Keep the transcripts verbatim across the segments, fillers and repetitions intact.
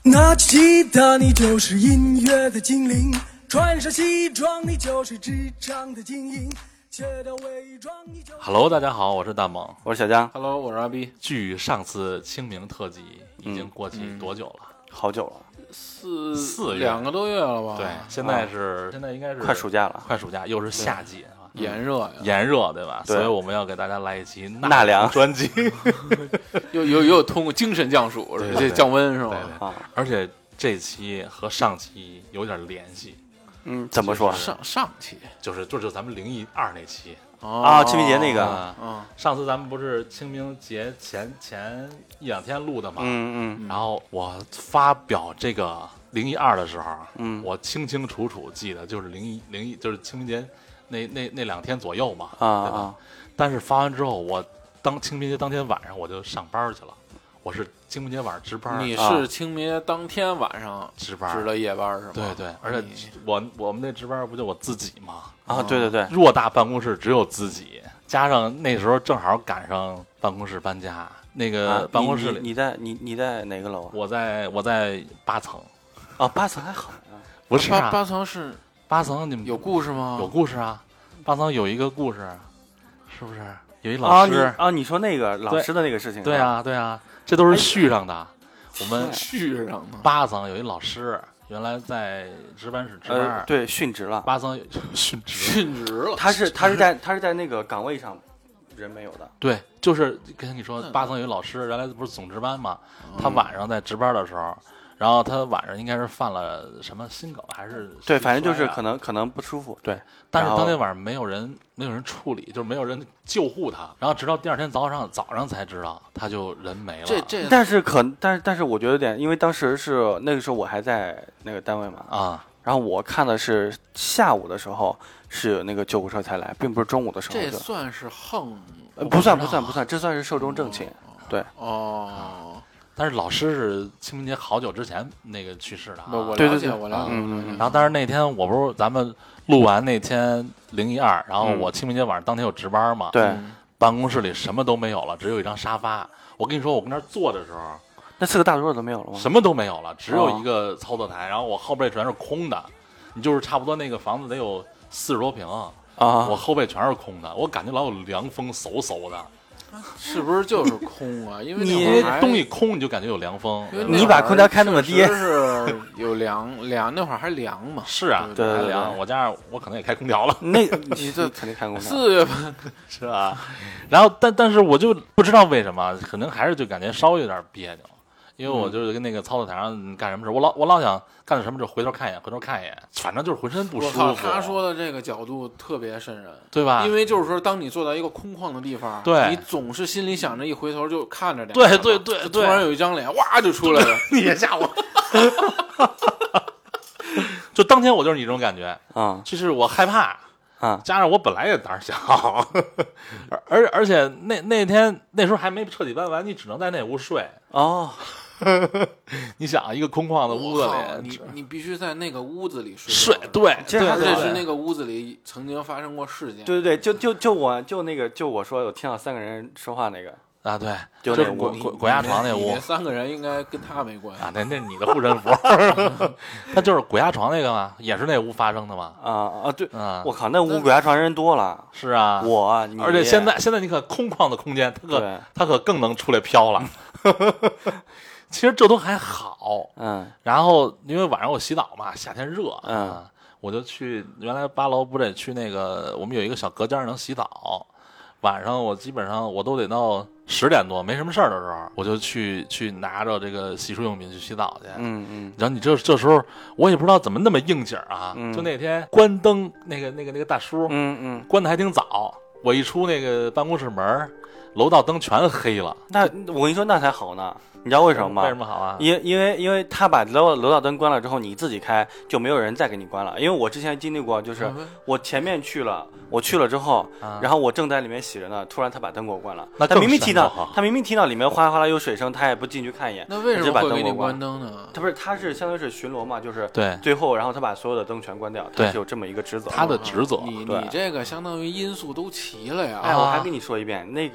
拿起吉他，你就是音乐的精灵；穿上西装，你就是职场的精英。 Hello， 大家好，我是大猛， 我是小江。 Hello， 我是阿 B。 距上次清明特辑已经过去多久了？ 嗯、好久了， 四四月两个多月了吧？ 对，现在是、啊、现在应该是快暑假了， 快暑假又是夏季啊， 炎热呀， 炎热对吧？ 对， 所以我们要给大家来一期纳凉专辑， 又又又通过精神降暑， 对这降温是吧？ 对对、啊，而且这期和上期有点联系。 嗯，怎么说？ 就是、 上上期就是就是咱们零一二那期。 啊，清明节那个， 啊嗯，上次咱们不是清明节前前一两天录的嘛， 嗯嗯， 然后我发表这个零一二的时候， 嗯， 我清清楚楚记得就是零一零一就是清明节那那那两天左右嘛， 啊对吧？啊、但是发完之后，我当清明节当天晚上我就上班去了，我是清明节晚上值班。 你是清明节当天晚上值班， 值了夜班是吗？ 对对，而且我我们那值班不就我自己吗？ 啊，对对对， 偌大办公室只有自己，加上那时候正好赶上办公室搬家，那个办公室里， 啊、你, 你, 你在你你在哪个楼啊？ 我在我在八层。 哦，八层还好啊， 不是、啊、 八八层是八层，你们有故事吗？ 有故事啊，八层有一个故事，是不是？有一老师啊， 你, 啊你说那个老师的那个事情、啊， 对啊对啊，这都是续上的。哎、我们续上的八层有一老师。原来在值班室值班、 呃，对，殉职了。 八层殉职， 殉职了。 他是他是在他是在那个岗位上，人没有的。 对，就是跟你说，八层有一老师，原来不是总值班嘛，他晚上在值班的时候，然后他晚上应该是犯了什么心梗还是对，反正就是可能可能不舒服。对， 但是当天晚上没有人没有人处理，就是没有人救护他，然后直到第二天早上早上才知道他就人没了。 这这， 但是可但是但是我觉得有点，因为当时是那个时候我还在那个单位嘛啊， 然后我看的是下午的时候是有那个救护车才来，并不是中午的时候。 这算是横？ 呃、不算不算不算，这算是寿终正寝。哦、对哦。 但是老师是清明节好久之前那个去世的、啊， 我了解， 我了解。 嗯嗯。 然后，但是那天我不是咱们录完那天零一二，然后我清明节晚上当天有值班嘛， 对、 嗯，办公室里什么都没有了，只有一张沙发。我跟你说，我跟那儿坐的时候， 那四个大桌子都没有了吗？ 什么都没有了，只有一个操作台，哦、然后我后背全是空的，你就是差不多那个房子得有四十多平啊，我后背全是空的，我感觉老有凉风嗖嗖的。 是不是就是空啊？因为因为东西空，你就感觉有凉风。 你把空调开那么低， 是有凉凉，那会儿还凉嘛？ 是啊， 对对对， 还凉。我家我可能也开空调了。 那你这肯定开空调。 四月份是吧？然后，但但是我就不知道为什么，可能还是就感觉稍微有点别扭。因为我就是跟那个操作台上干什么事，我老我老想干什么事，回头看一眼，回头看一眼，反正就是浑身不舒服。 他说的这个角度特别瘆人， 对吧？ 因为就是说，当你坐在一个空旷的地方， 对， 你总是心里想着一回头就看着点， 对对对对， 突然有一张脸哇就出来了， 你别吓我。就当天我就是你这种感觉啊、嗯， 就是我害怕。 啊， 加上我本来也胆小，而而而且那那天那时候还没彻底搬完，你只能在那屋睡哦。 你想一个空旷的屋子里， 你你必须在那个屋子里睡睡，对， 这这是那个屋子里曾经发生过事件。 对对对，就就就我就那个就我说有听到三个人说话那个。 啊，对， 就那鬼鬼鬼压床那屋， 那三个人应该跟他没关系啊。那那你的护身符，他就是鬼压床那个嘛，也是那屋发生的嘛。 啊啊，对， 啊， 我靠，那屋鬼压床人多了。 是啊， 我， 而且现在现在你可空旷的空间，他可他可更能出来飘了。其实这都还好， 嗯。 然后因为晚上我洗澡嘛，夏天热， 嗯， 啊、我就去原来八楼不得去那个，我们有一个小隔间能洗澡。晚上我基本上我都得到十点多没什么事儿的时候，我就去去拿着这个洗漱用品去洗澡去。 嗯嗯。 然后你这这时候我也不知道怎么那么应景啊， 嗯、 就那天关灯，那个那个那个大叔， 嗯嗯， 关的还挺早。我一出那个办公室门，楼道灯全黑了。 那我跟你说那才好呢。你知道为什么吗？ 为什么好啊？ 因因为因为他把楼楼道灯关了之后，你自己开，就没有人再给你关了。因为我之前经历过，就是我前面去了，我去了之后， 啊、 然后我正在里面洗着呢，突然他把灯给我关了。 那他明明听到，他明明听到里面哗啦哗啦有水声，他也不进去看一眼。 那为什么会给你关灯呢？ 他不是，他是相当于是巡逻嘛，就是对， 最后然后他把所有的灯全关掉，他是有这么一个职责。 他的职责， 你你这个相当于因素都齐了呀。 哎，我还跟你说一遍，那个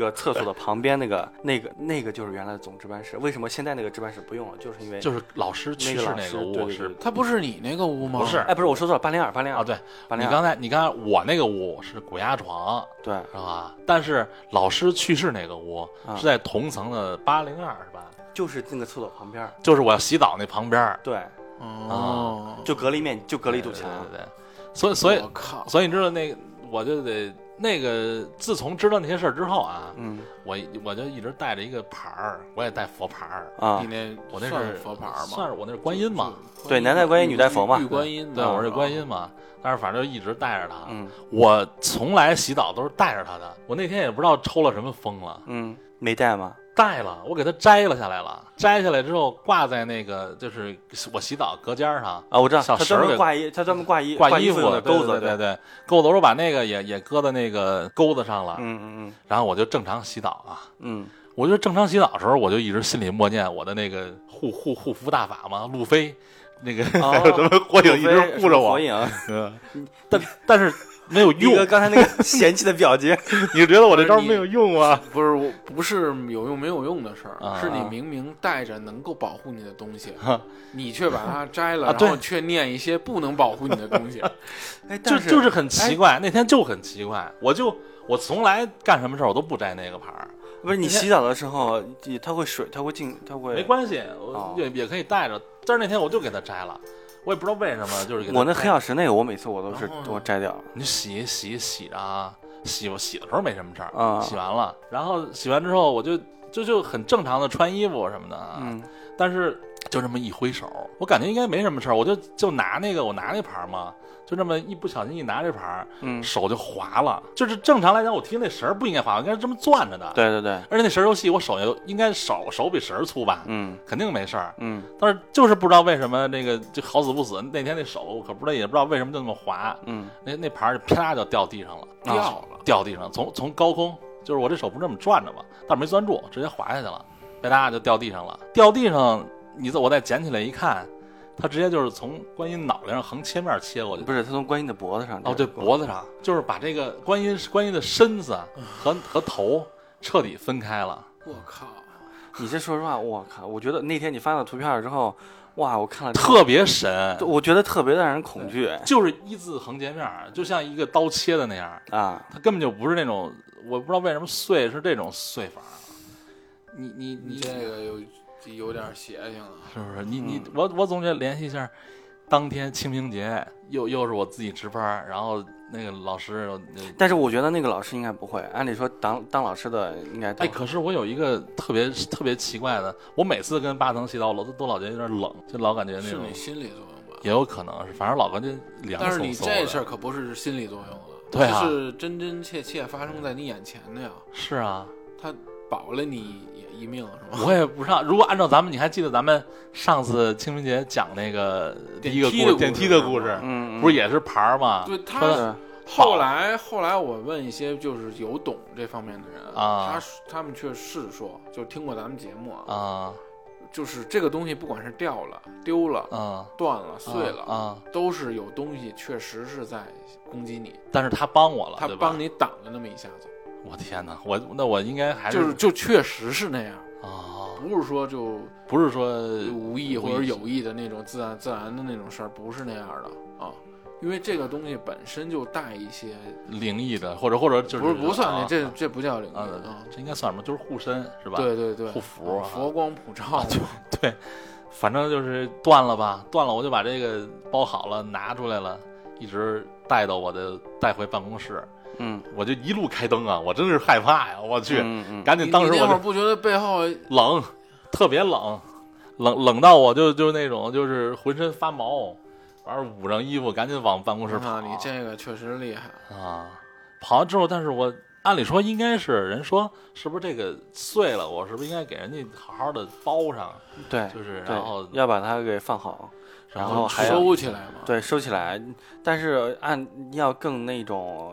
个厕所的旁边那个那个那个就是原来的总值班室。为什么现在那个值班室不用了？就是因为就是老师去世那个屋是， 他不是你那个屋吗？ 不是， 哎，不是，我说错了，八零二，八零二啊，对，你刚才你刚才我那个屋是鬼压床， 对， 是吧？但是老师去世那个屋是在同层的八零二，是吧？ 就是那个厕所旁边， 就是我要洗澡那旁边， 对， 哦， 就隔了一面，就隔了一堵墙， 对对对，所以所以我靠， 所以你知道那个，我就得那个，自从知道那些事儿之后啊， 嗯， 我我就一直带着一个牌儿，我也带佛牌儿啊， 你那我那是佛牌吗？ 算是我那是观音嘛， 对，男戴观音，女戴佛嘛， 玉观音， 对，我是观音嘛，但是反正就一直带着它， 嗯， 我从来洗澡都是带着它的，我那天也不知道抽了什么风了， 嗯，没带吗？ 带了，我给它摘了下来了，摘下来之后挂在那个就是我洗澡隔间上啊，我知道， 他专门挂衣，他专门挂衣挂衣服的钩子， 对对对，钩子我把那个也也搁在那个钩子上了， 嗯嗯嗯， 然后我就正常洗澡啊， 嗯， 我就正常洗澡的时候，我就一直心里默念我的那个护护护符大法嘛，路飞，那个还有什么火影一直护着我， 火影， 但但是。没有用， 刚才那个嫌弃的表情， 你觉得我这招没有用吗？ 不是，我不是有用没有用的事儿， 啊、 是你明明带着能够保护你的东西，啊、你却把它摘了， 啊、 然后却念一些不能保护你的东西， 哎， 就就是很奇怪、哎。那天就很奇怪，我就我从来干什么事儿我都不摘那个牌儿。 不是你洗澡的时候，它会水，它会进，它会没关系， 哦、 也也可以带着。但是那天我就给它摘了。我也不知道为什么，就是给我那黑曜石那个，我每次我都是我摘掉了。 你洗洗洗着啊，洗我洗的时候没什么事儿啊， 洗完了，然后洗完之后我就就就很正常的穿衣服什么的， 嗯， 但是就这么一挥手，我感觉应该没什么事儿，我就就拿那个我拿那牌嘛，就这么一不小心一拿这牌， 嗯， 手就滑了。就是正常来讲，我提那绳不应该滑，应该是这么攥着的。 对对对， 而且那绳又细，我手也应该手手比绳粗吧， 嗯， 肯定没事儿， 嗯。 但是就是不知道为什么那个就好死不死，那天那手可不知道也不知道为什么就那么滑， 嗯， 那那牌就啪就掉地上了， 掉了， 啊、掉地上，从从高空，就是我这手不是这么转着嘛，但是没攥住，直接滑下去了，啪就掉地上了，掉地上，你我再捡起来一看。他直接就是从观音脑袋上横切面切过去， 不是他从观音的脖子上。 哦，对，脖子上，就是把这个观音观音的身子和和头彻底分开了。 我靠！ 你这说实话，我靠！我觉得那天你发了图片之后，哇，我看了特别神， 我觉得特别让人恐惧。 就是一字横截面，就像一个刀切的那样啊， 它根本就不是那种，我不知道为什么碎是这种碎法。你你你这个有。有点邪性了， 是不是？你你我我总觉得联系一下，当天清明节又又是我自己值班，然后那个老师， 但是我觉得那个老师应该不会，按理说当当老师的应该。 哎，可是我有一个特别特别奇怪的，我每次跟八层洗澡，我都都老觉得有点冷，就老感觉那种。 是你心理作用吧？ 也有可能是，反正老感觉凉飕飕的。 但是你这事儿可不是心理作用了， 对啊， 是真真切切发生在你眼前的呀。 是啊， 他保了你一命是吧？ 我也不知道，如果按照咱们，你还记得咱们上次清明节讲那个第一个故事电梯的故事， 嗯， 不是也是牌吗？ 对，他后来后来我问一些就是有懂这方面的人啊， 他他们却是说，就听过咱们节目啊，啊就是这个东西不管是掉了、丢了、 啊、 断了、碎了啊， 都是有东西确实是在攻击你， 但是他帮我了， 他帮你挡了那么一下子。 我天哪，我那我应该还是就是就确实是那样啊， 不是说就不是说无意或者有意的那种自然自然的那种事儿，不是那样的啊。因为这个东西本身就带一些灵异的，或者或者就是不是不算， 啊、 这这不叫灵异啊，这应该算什么？就是护身是吧？ 对对对， 护符、 啊，佛光普照、 啊。对对，反正就是断了吧，断了，我就把这个包好了，拿出来了，一直带到我的带回办公室。 嗯， 我就一路开灯啊，我真是害怕呀！我去， 嗯嗯、 赶紧当时我那会儿不觉得背后冷，特别冷，冷冷到我就就那种就是浑身发毛，完了捂上衣服赶紧往办公室跑。 啊、你这个确实厉害啊！跑完之后，但是我按理说应该是人说是不是这个碎了，我是不是应该给人家好好的包上？ 对， 就是然后要把它给放好。然后还收起来嘛， 对，收起来。但是按要更那种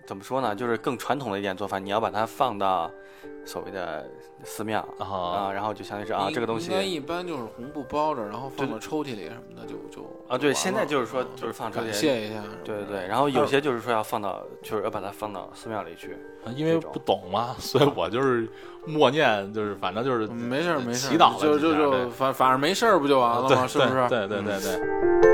怎么说呢？就是更传统的一点做法，你要把它放到所谓的寺庙啊、 啊， 然后就相当于是啊，这个东西应该一般就是红布包着，然后放到抽屉里什么的，就就啊，对，现在就是说就是放抽屉， 感谢一下， 对对对，然后有些就是说要放到，就是要把它放到寺庙里去， 因为不懂嘛，所以我就是默念，就是反正就是没事没事， 祈祷就就就反反正没事不就完了吗？是不是？ 对对对对。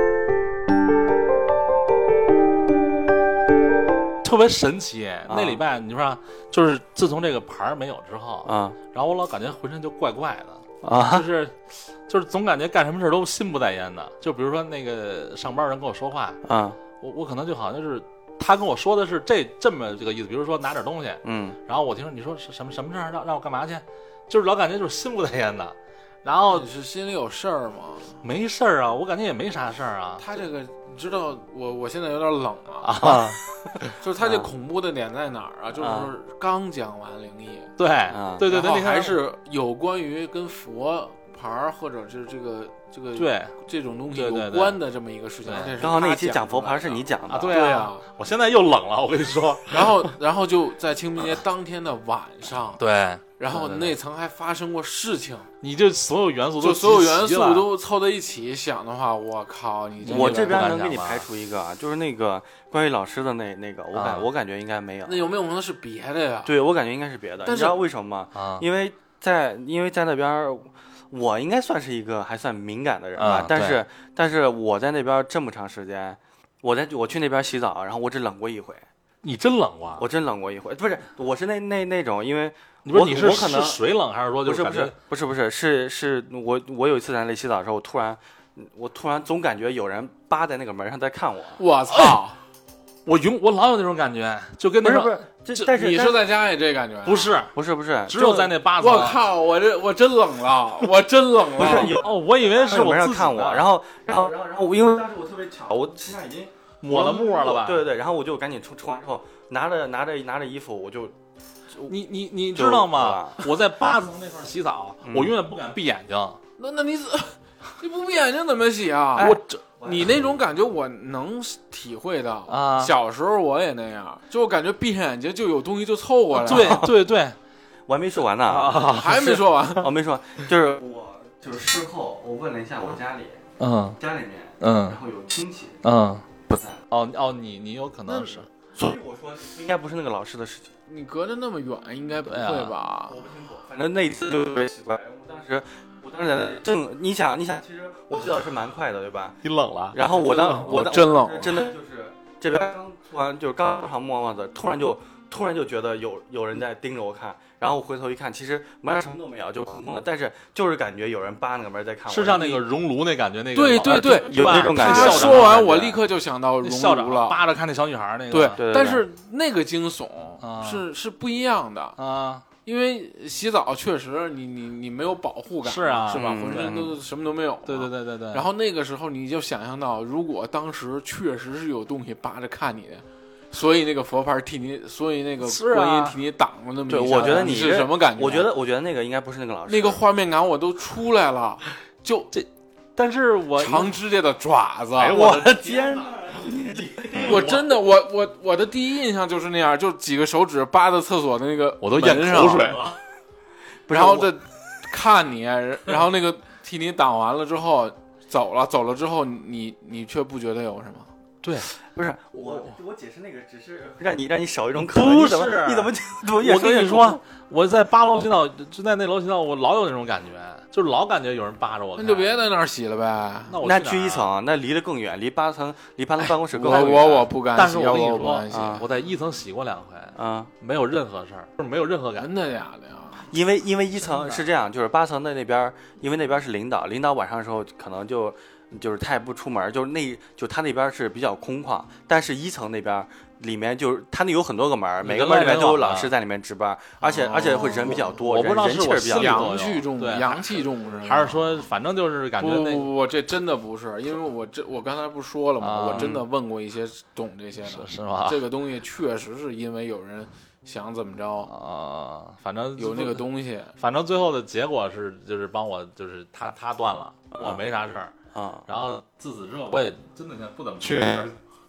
特别神奇，那礼拜你说，就是自从这个牌没有之后啊， 然后我老感觉浑身就怪怪的啊， 就是就是总感觉干什么事都心不在焉的。就比如说那个上班人跟我说话啊， 我我可能就好像是他跟我说的是这这么这个意思，比如说拿点东西， 嗯， 然后我听说你说是什么什么事儿，让让我干嘛去，就是老感觉就是心不在焉的。然后你是心里有事儿吗？ 没事儿啊，我感觉也没啥事儿啊。 他这个你知道，我我现在有点冷啊， 啊就是他这恐怖的点在哪儿啊？就是刚讲完灵异， 对啊对对对， 然后还是有关于跟佛牌儿或者是这个这个对这种东西对对对有关的这么一个事情。 对刚好那一期讲佛牌是你讲的啊， 对对啊，我现在又冷了，我跟你说。 然后然后就在清明节当天的晚上， 对。 然后那层还发生过事情， 你这所有元素都就所有元素都凑在一起想的话，我靠，你我这边能给你排除一个啊，就是那个关于老师的那那个，我感、啊、我感觉应该没有。 那有没有可能是别的呀？ 对，我感觉应该是别的。 但是你知道为什么吗？ 啊、 因为在因为在那边，我应该算是一个还算敏感的人吧， 啊、 但是但是我在那边这么长时间，我在我去那边洗澡，然后我只冷过一回。 你真冷过？ 我真冷过一回，不是，我是那那那种，因为你不是你是我可能是水冷还是说就是不是不是不是不是是是我我有一次在那里洗澡的时候，我突然我突然总感觉有人扒在那个门上在看我。 我操！ 我永我老有那种感觉，就跟那不是不是，这但是你是在家也这感觉？ 不是不是不是， 只有在那八层。 我靠！我这我真冷了，我真冷了。 不是哦，我以为是我门上看我，然后然后然后然后因为当时我特别巧，我身上已经抹了沫了吧？ 对对对，然后我就赶紧冲冲完之后，拿着拿着拿着衣服，我就。 你你你知道吗？我在八层那块洗澡，嗯、我永远不敢闭眼睛。 那那你你不闭眼睛怎么洗啊？ 哎、我这你那种感觉我能体会到啊。 小时候我也那样，就我感觉闭上眼睛就有东西就凑过来了。 对对对， 我还没说完呢， 啊、还没说完。 我没说，就是我就是事后我问了一下我家里， 嗯， 家里面， 嗯， 然后有亲戚， 嗯， 不在。 哦哦，你你有可能是。 所以我说应该不是那个老师的事情。 你隔着那么远，应该不会吧？ 我不清楚，反正那一次就特别奇怪。我当时，我当时正，你想，你想，其实我洗澡是蛮快的，对吧？ 你冷了。 然后我当，我当真冷， 真的就是这边刚突然就是刚上摸袜子，突然就突然就觉得有有人在盯着我看，然后我回头一看，其实门上什么都没有，就空空的，但是就是感觉有人扒那个门在看我。 是像那个熔炉那感觉，那个对对对， 有那种感觉。 他说完，我立刻就想到熔炉了， 扒着看那小女孩那个。 对对， 但是那个惊悚是是不一样的啊， 因为洗澡确实你你你没有保护感， 是啊， 是吧？浑身都什么都没有。 对对对对对。 然后那个时候你就想象到，如果当时确实是有东西扒着看你的。所以那个佛牌替你，所以那个观音替你挡了那么一下。 对，我觉得你是什么感觉？ 我觉得，我觉得那个应该不是那个老师。 那个画面感我都出来了，就这，但是我长指甲的爪子， 哎、 我的天！ 我真的，我我我的第一印象就是那样，就几个手指扒在厕所的那个， 我都咽口水了。 然后这看你，然后那个替你挡完了之后走了，走了之后你你却不觉得有什么。 对， 不是我，我解释那个只是让你让你少一种可能。不是，你怎么怎么我跟你说，我在八楼洗澡，就在那楼洗澡，我老有那种感觉，就是老感觉有人扒着我。 那就别在那儿洗了呗。 那我那去一层，那离得更远，离八层，离八层办公室更远。 我我我不敢洗， 但是我跟你说， 啊、 我在一层洗过两回， 啊， 没有任何事儿，就是没有任何感觉。 真的假的呀？ 因为因为一层是这样，就是八层的那边，因为那边是领导，领导晚上的时候可能就。就是他也不出门，就是那就他那边是比较空旷，但是一层那边里面就是他那有很多个门，每个门里面都有老师在里面值班，而且、哦、而且会人比较多， 我不知道是我比较阳气重，阳气重是吗？ 还是说反正就是感觉那不不不，这真的不是，因为我这我刚才不是说了吗？ 啊、 我真的问过一些懂这些的， 是吗？ 这个东西确实是因为有人。想怎么着啊、呃？反正有那个东西， 反正最后的结果是，就是帮我，就是他他断了，我没啥事儿啊。 然后自此之后，我也真的不怎么去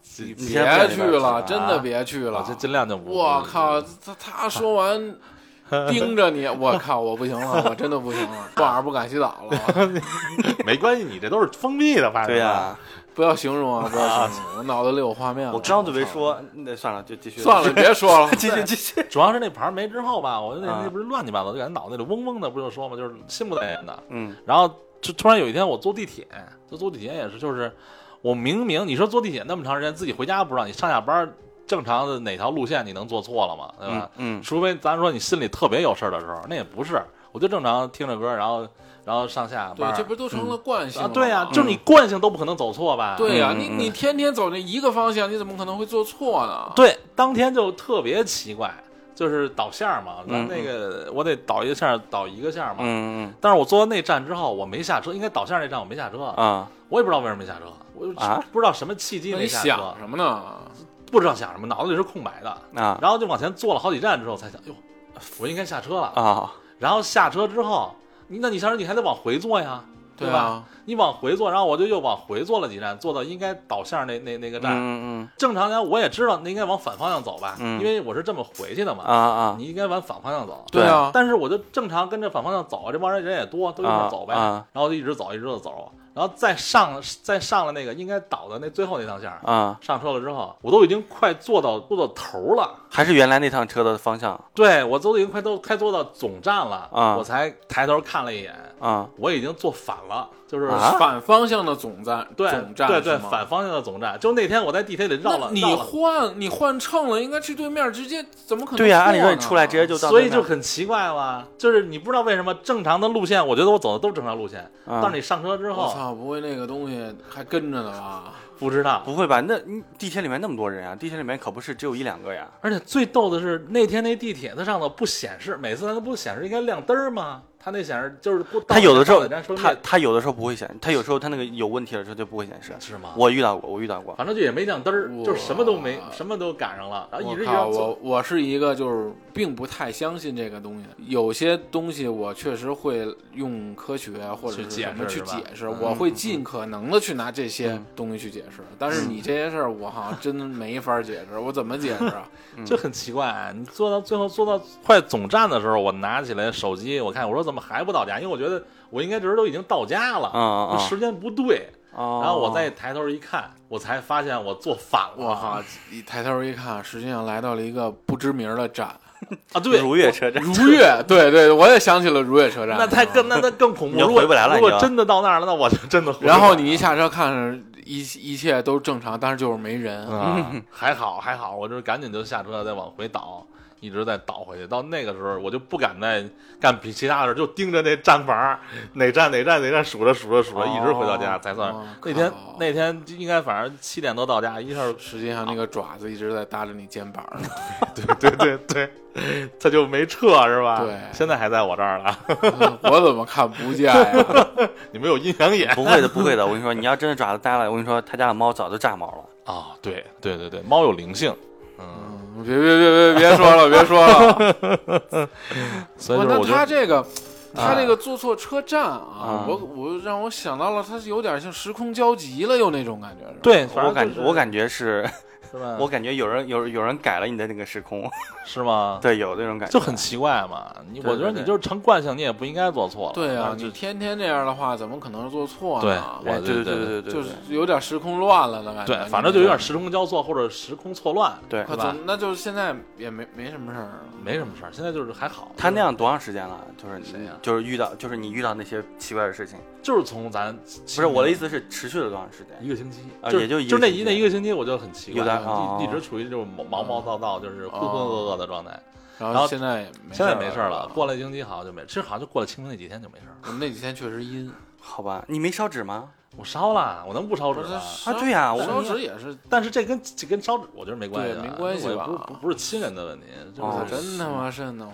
你你现在不别去了， 啊真的别去了， 我就尽量就不。 我靠，他他说完。盯着你，我靠，我不行了，我真的不行了，晚上不敢洗澡了。 没关系，你这都是封闭的，反正对呀、啊， 不要形容啊，不要形容，我脑子里有画面了。 我刚准备说，那算了，就继续。 算了，别说了， 继续继续。 主要是那牌没之后吧，我那啊那不是乱七八糟，就感觉脑袋里嗡嗡的，不就说嘛，就是心不在焉的。 嗯， 然后就突然有一天我坐地铁，就坐地铁也是，就是我明明你说坐地铁那么长时间，自己回家不知道，你上下班。正常的哪条路线你能做错了吗？对吧？ 嗯，嗯除非咱说你心里特别有事儿的时候，那也不是，我就正常听着歌，然后然后上下班。 对，这不都成了惯性了、 嗯啊？对呀、啊，就是你惯性都不可能走错吧？ 对呀、啊， 嗯、 你你天天走这一个方向，你怎么可能会做错呢？ 对，当天就特别奇怪，就是导线嘛，咱嗯那个、嗯、我得导一个线，导一个线嘛。 嗯嗯。 但是我坐到那站之后，我没下车，应该导线那站我没下车啊， 我也不知道为什么没下车，我啊不知道什么契机没下车。 你想什么呢？ 不知道想什么，脑子里是空白的啊， 然后就往前坐了好几站之后才想，哟，我应该下车了啊。 然后下车之后，你那你下车你还得往回坐呀，对吧？ 啊、 你往回坐，然后我就又往回坐了几站，坐到应该导线那那那个站。 嗯嗯。 正常讲我也知道那应该往反方向走吧， 嗯、 因为我是这么回去的嘛。 啊啊， 你应该往反方向走。 对啊。 但是我就正常跟着反方向走，这帮人人也多，都一块走呗。 啊啊、 然后就一直走，一直走。然后再上再上了那个应该导的那最后那趟线啊， 上车了之后，我都已经快坐到坐到头了， 还是原来那趟车的方向。 对，我都已经快都快坐到总站了啊， 我才抬头看了一眼啊， 我已经坐反了，就是、 啊、 反方向的总站， 对总站对对，反方向的总站。就那天我在地铁里绕了， 你换你换乘了，应该去对面直接，怎么可能？ 对呀、啊，按理说你出来直接就到， 所以就很奇怪嘛，就是你不知道为什么正常的路线，我觉得我走的都是正常路线， 啊、 但是你上车之后， 我操，不会那个东西还跟着呢吧？ 不知道， 不会吧？那地铁里面那么多人啊，地铁里面可不是只有一两个呀。 而且最逗的是那天那地铁它上头不显示，每次它不显示应该亮灯儿吗？它那显示就是不， 它有的时候它它有的时候不会显示，它有时候它那个有问题的时候就不会显示， 是吗？ 我遇到过，我遇到过， 反正就也没亮灯儿，就是什么都没，什么都赶上了，然后一直一直我我是一个就是并不太相信这个东西，有些东西我确实会用科学或者是什么去解释，我会尽可能的去拿这些东西去解释，但是你这些事儿我好像真没法解释，我怎么解释啊？ 就很奇怪，你坐到最后坐到快总站的时候，我拿起来手机，我看我说怎么还不到家？因为我觉得我应该这时候都已经到家了， 嗯嗯、 时间不对。 哦、 然后我再抬头一看，我才发现我坐反了。 我靠！一抬头一看，实际上来到了一个不知名的站啊，对， 如月车站。 如月，对对，我也想起了如月车站。 那太更那那更恐怖， 你回不来了。 如果真的到那儿了，那我就真的回不来了。 然后你一下车看着一一切都正常，但是就是没人。 啊、还好还好，我这赶紧就下车再往回倒。一直在倒回去，到那个时候我就不敢再干比其他的事，就盯着那站牌，哪站哪站哪站数着数着数着，一直回到家才算。 哦、 那天那天应该反正七点多到家，一下实际上那个爪子一直在搭着你肩膀。 对对对对，他就没撤是吧？ 对， 现在还在我这儿了。 我怎么看不见呀？ 你没有阴阳眼？ 不会的不会的，我跟你说，你要真的爪子呆了，我跟你说，他家的猫早就炸毛了。 啊、哦，对对对对，猫有灵性。嗯， 别别别别别说了，别说了。 所以就是我那他这个，他这啊个坐错车站啊， 啊我我让我想到了，他是有点像时空交集了，有那种感觉。 对， 我感、 就是、 我感觉是。 是吧？ 我感觉有人有有人改了你的那个时空， 是吗？ 对，有那种感觉， 就很奇怪嘛。你我觉得你就是成惯性，你也不应该做错了。 对啊，你天天这样的话，怎么可能做错呢？ 对， 哎、对对对对对， 就是有点时空乱了的感觉。 对，反正就有点时空交错或者时空错乱， 对， 对吧？ 那就是现在也没没什么事儿， 没什么事儿。现在就是还好。 他那样多长时间了？就是谁呀？ 就是遇到，就是你遇到那些奇怪的事情， 就是从咱不是我的意思是持续了多长时间？ 一个星期啊， 就也就一就那一那一个星期，我就很奇怪， 有点一一直处于这种毛毛躁躁，就是浑浑噩噩的状态。 然后现在现在没事了，过了一星期好像就没，其实好像就过了清明那几天就没事了。 我们那几天确实阴， 好吧？你没烧纸吗？ 我烧了，我能不烧纸吗？ 啊，对呀，我烧纸也是， 但是这跟这跟烧纸我觉得没关系， 没关系吧？ 不不不是亲人的问题，就是真他妈瘆得慌， 是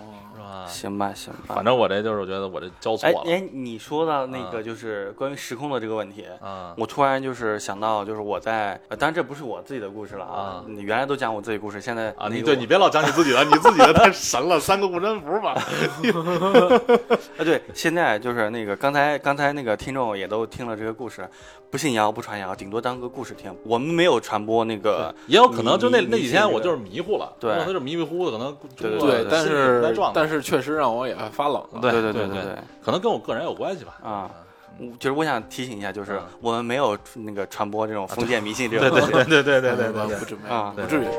吧？ 行吧，行吧。 反正我这就是我觉得我这交错了。 哎哎，你说到那个就是关于时空的这个问题， 嗯， 我突然就是想到，就是我在，呃、当然这不是我自己的故事了啊，你原来都讲我自己故事，现在啊， 你对你别老讲你自己的，你自己的太神了，三个护身符吧。 啊，对，现在就是那个刚才刚才那个听众也都听了这个故事，不信谣不传谣，顶多当个故事听。我们没有传播那个， 也有可能就那你那几天我就是迷糊了， 对， 他就是迷迷糊糊的，可能对对，但是但是确实让我也发冷了。 对对对对对，可能跟我个人有关系吧。 啊。就是我想提醒一下，就是我们没有那个传播这种封建迷信这种， 对对对对对对对， 不至于啊， 不至于。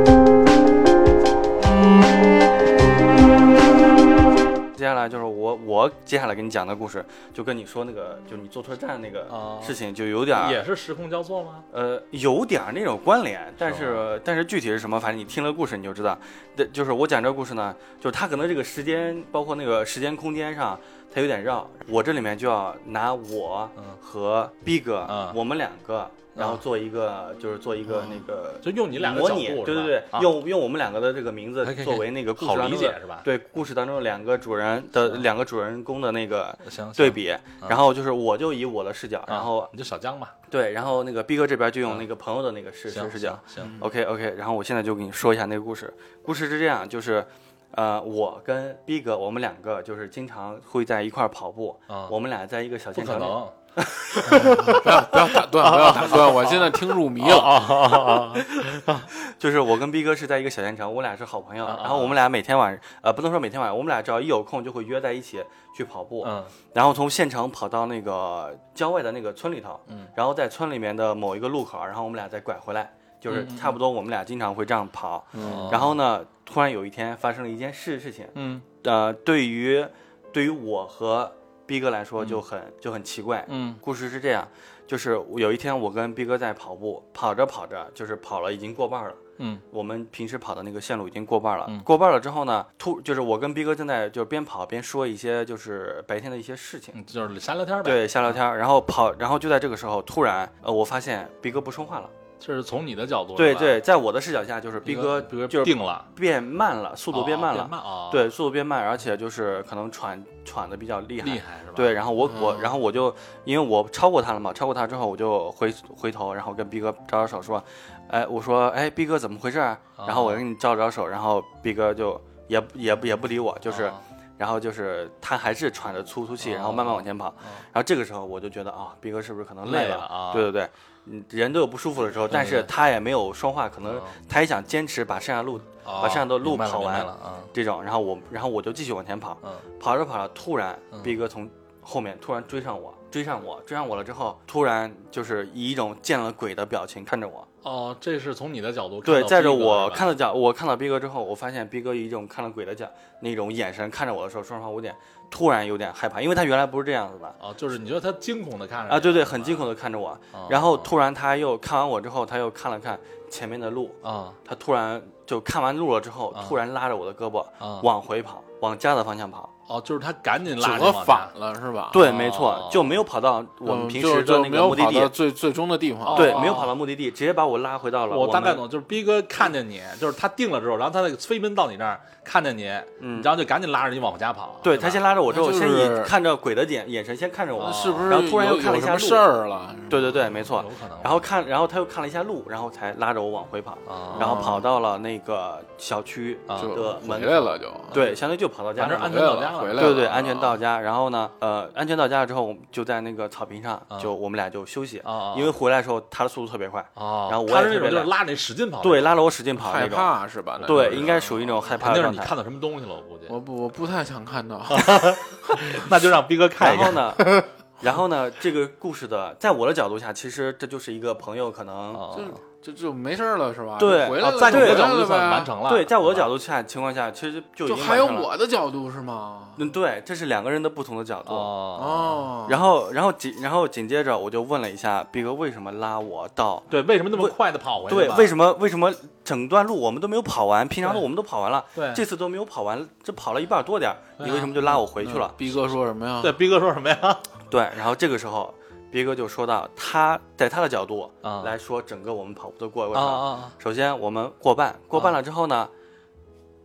接下来就是我我接下来跟你讲的故事，就跟你说那个，就你坐车站那个事情，就有点也是时空交错吗？ 呃，有点那种关联，但是但是具体是什么，反正你听了故事你就知道。就是我讲这个故事呢，就是它可能这个时间，包括那个时间空间上，它有点绕。我这里面就要拿我和 B 哥， 嗯、 我们两个。然后做一个，就是做一个那个， 就用你两个模拟，对对对， 啊、 用用我们两个的这个名字作为那个故事当中的， 是吧？ 对，故事当中两个主人的两个主人公的那个对比。然后就是我就以我的视角，然后你就小江嘛， 对，然后那个 B 哥这边就用那个朋友的那个视视角。 行 ，OK OK， 然后我现在就给你说一下那个故事。故事是这样，就是。呃，我跟 B 哥，我们两个就是经常会在一块跑步。 嗯、 我们俩在一个小县城里。 不要不要打断，不要打断，我现在听入迷了。 就是我跟 B 哥是在一个小县城，我俩是好朋友。然后我们俩每天晚上，呃，不能说每天晚上，我们俩只要一有空就会约在一起去跑步。 嗯。 然后从县城跑到那个郊外的那个村里头。 嗯。 然后在村里面的某一个路口，然后我们俩再拐回来。就是差不多，我们俩经常会这样跑。 嗯。 然后呢，突然有一天发生了一件事事情。 嗯。 呃，对于对于我和 B 哥来说就很、嗯、就很奇怪。 嗯。 故事是这样，就是有一天我跟 B 哥在跑步，跑着跑着就是跑了已经过半了。 嗯。 我们平时跑的那个线路已经过半了。 嗯。 过半了之后呢，突就是我跟 B 哥正在就是边跑边说一些就是白天的一些事情， 就是瞎聊天呗。 对，瞎聊天。然后跑，然后就在这个时候，突然呃，我发现 B 哥不说话了。 这是从你的角度， 对对，在我的视角下，就是 B 哥就是定了， 变慢了，速度变慢了， 哦、变慢哦、 对，速度变慢，而且就是可能喘喘的比较厉害， 厉害是吧？ 对，然后我、 嗯、 我然后我就因为我超过他了嘛，超过他之后我就回回头，然后跟 B 哥招招手说，哎，我说哎 B 哥怎么回事啊？ 哦、 然后我跟你招招手，然后 B 哥就也也也不理我，就是。哦，然后就是他还是喘着粗粗气，然后慢慢往前跑。然后这个时候我就觉得啊 ，B 哥是不是可能累了？ 累了啊、 对对对，嗯，人都有不舒服的时候，但是他也没有说话，可能他也想坚持把剩下路、 哦、 把剩下的路跑完了、嗯、 这种。然后我，然后我就继续往前跑， 嗯、 跑着跑着，突然、 嗯、 B 哥从后面突然追上我，追上我，追上我了之后，突然就是以一种见了鬼的表情看着我。 哦，这是从你的角度看对，在着我看到角，我看到 B 哥之后，我发现 B 哥以一种看了鬼的角那种眼神看着我的时候，说实话，我有点突然有点害怕，因为他原来不是这样子的。 哦，就是你觉得他惊恐的看着啊，对对，很惊恐的看着我。 哦、 然后突然他又看完我之后，他又看了看前面的路啊、哦， 他突然就看完路了之后， 哦、 突然拉着我的胳膊、 哦、 往回跑，往家的方向跑。 哦，就是他赶紧拉折反了是吧？ 对，没错，就没有跑到我们平时的那个目的地， 嗯、最最终的地方。 对，没有跑到目的地，直接把我拉回到了。 我大概懂，就是逼哥看见你，就是他定了之后，然后他那个飞奔到你那儿，看见你， 嗯， 然后就赶紧拉着你往家跑。 对，他先拉着我之后， 就是、 先以看着鬼的眼眼神先看着我， 是不是？ 然后突然又看了一下路， 事儿了。 对对对，没错。 有可能。 然后看，然后他又看了一下路，然后才拉着我往回跑， 哦、 然后跑到了那个小区的门回来了就。 对，相当于就跑到家， 反正安全到家了。 回来了。 对对，安全到家。然后呢，呃，安全到家了之后，就在那个草坪上，就我们俩就休息，因为回来的时候他的速度特别快，然后我他是那种就是拉着你使劲跑， 对，拉着我使劲跑， 害怕是吧？ 对，应该属于那种害怕的状态。 你看到什么东西了？我估计我不我不太想看到， 那就让逼哥看一下。然后呢，然后呢，这个故事的，在我的角度下，其实这就是一个朋友可能就就就没事了是吧？ 对， 回来了， 在你的角度算完成了。 对，在我的角度下情况下，其实就已经就还有我的角度是吗？ 嗯，对，这是两个人的不同的角度。 哦。 然后，然后紧，然后紧接着我就问了一下 B 哥，为什么拉我到？ 对，为什么那么快的跑回来？ 对，为什么为什么整段路我们都没有跑完？平常路我们都跑完了， 对， 这次都没有跑完，这跑了一半多点，你为什么就拉我回去了 ？B 哥说什么呀？ 对 ，B 哥说什么呀？ 对，然后这个时候。B 哥就说到，他在他的角度来说整个我们跑步的过程。 啊啊！ 首先我们过半，过半了之后呢，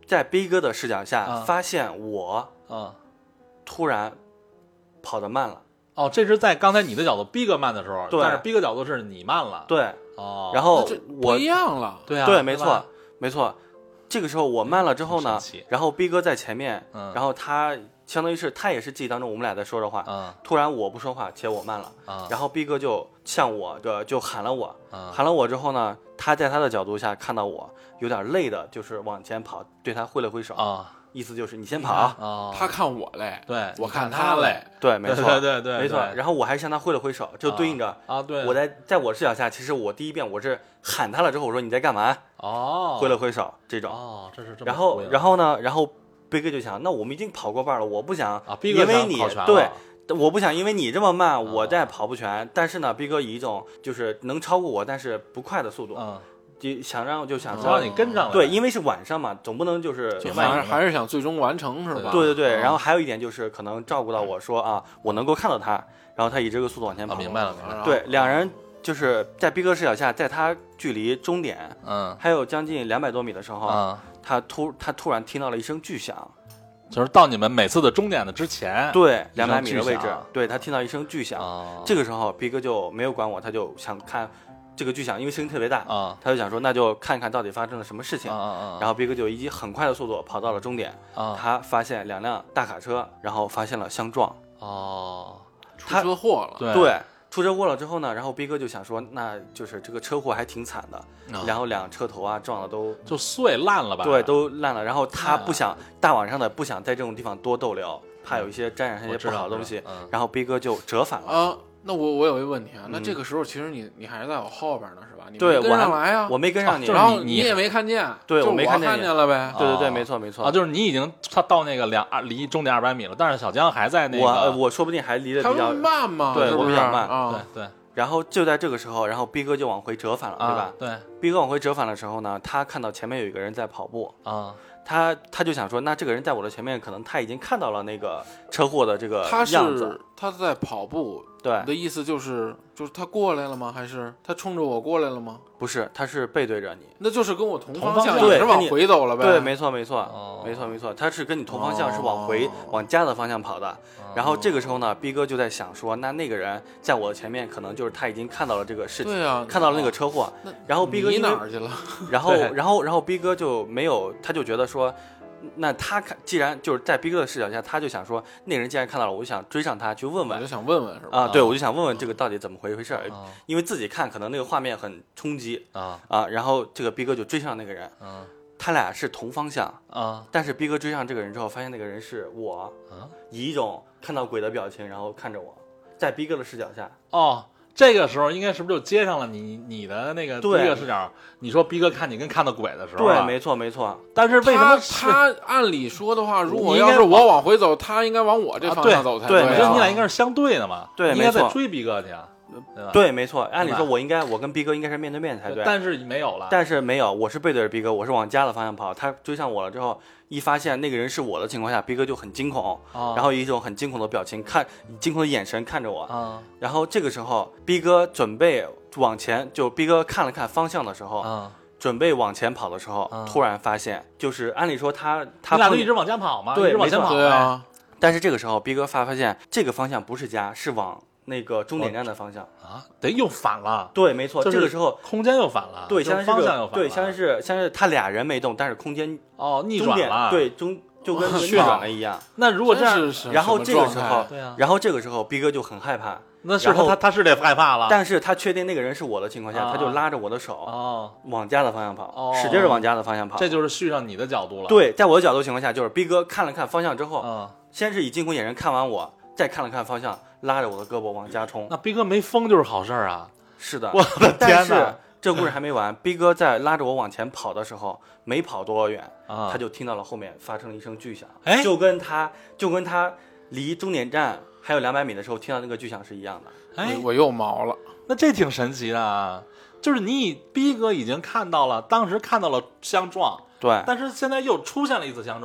在逼哥的视角下、 啊、 发现我啊突然跑得慢了。 哦，这是在刚才你的角度逼哥慢的时候， 对， 但是逼哥角度是你慢了。 对， 哦， 然后我不一样了。 对啊， 对，没错，没错。这个时候我慢了之后呢，然后逼哥在前面， 嗯、 然后他相当于是他也是记忆当中我们俩在说的话， 嗯、 突然我不说话，且我慢了， 嗯、 然后逼哥就向我的就喊了我， 嗯、 喊了我之后呢，他在他的角度下看到我有点累的，就是往前跑，对他挥了挥手， 啊、 意思就是你先跑， 哦、 他看我累， 对， 我看他累， 对，没错， 对对 对, 对， 没错。然后我还向他挥了挥手，就对应着啊，对， 我在在我视角下，其实我第一遍我是喊他了之后，我说你在干嘛？ 哦， 挥了挥手这种， 哦，这是这么。 然后然后呢，然后逼哥就想，那我们已经跑过半了，我不想， 啊，逼哥因为你对，我不想因为你这么慢， 哦、 我再跑不全。但是呢，逼哥以一种就是能超过我，但是不快的速度， 嗯。 就想让就想让你跟上来， 对，因为是晚上嘛，总不能就是还是还是想最终完成是吧？ 对对对，然后还有一点就是可能照顾到我说啊，我能够看到他，然后他以这个速度往前跑。 明白了，明白了。 对，两人就是在逼哥视角下，在他距离终点嗯还有将近两百多米的时候， 嗯， 他突他突然听到了一声巨响， 就是到你们每次的终点的之前， 对，两百米的位置，对他听到一声巨响， 哦、 这个时候逼哥就没有管我，他就想看。这个巨响，因为声音特别大， 啊， 他就想说，那就看看到底发生了什么事情。 啊啊、 然后逼哥就以很快的速度跑到了终点， 啊， 他发现两辆大卡车，然后发现了相撞。 哦， 出车祸了。 对对，出车祸了之后呢，然后逼哥就想说，那就是这个车祸还挺惨的， 啊、 然后两车头啊撞的都就碎烂了吧？ 对，都烂了。然后他不想大晚上的不想在这种地方多逗留，怕有一些沾染上一些不好的东西。 嗯、 然后逼哥就折返了。 啊那我我有一个问题啊， 嗯、 那这个时候其实你你还是在我后边呢，是吧？你对， 没跟上来呀， 我没跟上你， 哦、 然后你也没看见， 对， 我没看见， 看见了呗。 对对对，没错没错啊，就是你已经他到那个两二离终点二百米了，但是小江还在那个， 我我说不定还离得比较慢嘛， 对， 是不是我比较慢啊， 对对。 然后就在这个时候，然后逼哥就往回折返了， 啊、 对吧？ 对， 逼哥往回折返的时候呢，他看到前面有一个人在跑步啊。 他他就想说，那这个人在我的前面，可能他已经看到了那个车祸的这个样子。 他是他在跑步， 对， 你的意思就是就是他过来了吗？还是他冲着我过来了吗？ 不是，他是背对着你， 那就是跟我同方向， 对， 是往回走了呗。 对，没错没错， 哦、 没错没错，他是跟你同方向，是往回、哦、往家的方向跑的。哦、然后这个时候呢，逼哥就在想说，那那个人在我前面，可能就是他已经看到了这个事情， 对啊， 看到了那个车祸。然后逼哥你哪儿去了？ 然后然后然后逼哥就没有，他就觉得说。那他看，既然就是在逼哥的视角下，他就想说，那个人既然看到了，我就想追上他去问问， 我就想问问是吧？ 啊，对，我就想问问这个到底怎么回回事儿， 啊、 因为自己看可能那个画面很冲击啊啊，然后这个逼哥就追上那个人， 啊、 他俩是同方向啊， 但是逼哥追上这个人之后，发现那个人是我， 啊、 以一种看到鬼的表情，然后看着我，在逼哥的视角下， 哦。这个时候应该是不是就接上了你你的那个第一个视角？你说逼哥看你跟看到鬼的时候、啊， 对，没错没错。 但是为什么他按理说的话，如果要是我往回走，他应该往我这方向走才对。 我觉得你俩应该是相对的嘛， 对， 应该在追逼哥去啊。 对，没错。按理说，我应该我跟逼哥应该是面对面才对， 但是没有了。 但是没有，我是背对着逼哥，我是往家的方向跑。他追上我了之后，一发现那个人是我的情况下，逼哥就很惊恐， 哦、 然后以一种很惊恐的表情看，惊恐的眼神看着我。 哦、 然后这个时候，逼哥准备往前，就逼哥看了看方向的时候， 哦、 准备往前跑的时候， 哦、 突然发现，就是按理说他他你俩就一直往前跑嘛， 对， 一直往前跑， 对啊。 但是这个时候，逼哥发发现这个方向不是家，是往那个终点站的方向啊，得又反了。 对，没错， 就是、 这个时候空间又反了， 对，相当于方向又反了， 对，相当于是相当于他俩人没动，但是空间哦逆转了， 对，中就跟逆转了一样。 那如果这样， 然后这个时候， 对啊， 然后这个时候，逼哥就很害怕。 那是他他他是得害怕了， 但是他确定那个人是我的情况下， 啊、 他就拉着我的手， 哦， 往家的方向跑， 哦、 使劲的往家的方向跑。 这就是续上你的角度了。 对，在我的角度情况下，就是逼哥看了看方向之后， 嗯、 先是以惊恐眼神看完我，再看了看方向，拉着我的胳膊往家冲。 那逼哥没疯就是好事啊！ 是的， 我的天哪！ 这故事还没完，逼哥在拉着我往前跑的时候，没跑多远， 啊、 他就听到了后面发生了一声巨响， 哎， 就跟他就跟他离终点站还有两百米的时候听到那个巨响是一样的。 哎， 我又毛了。 那这挺神奇的啊！就是你逼哥已经看到了，当时看到了相撞， 对， 但是现在又出现了一次相撞，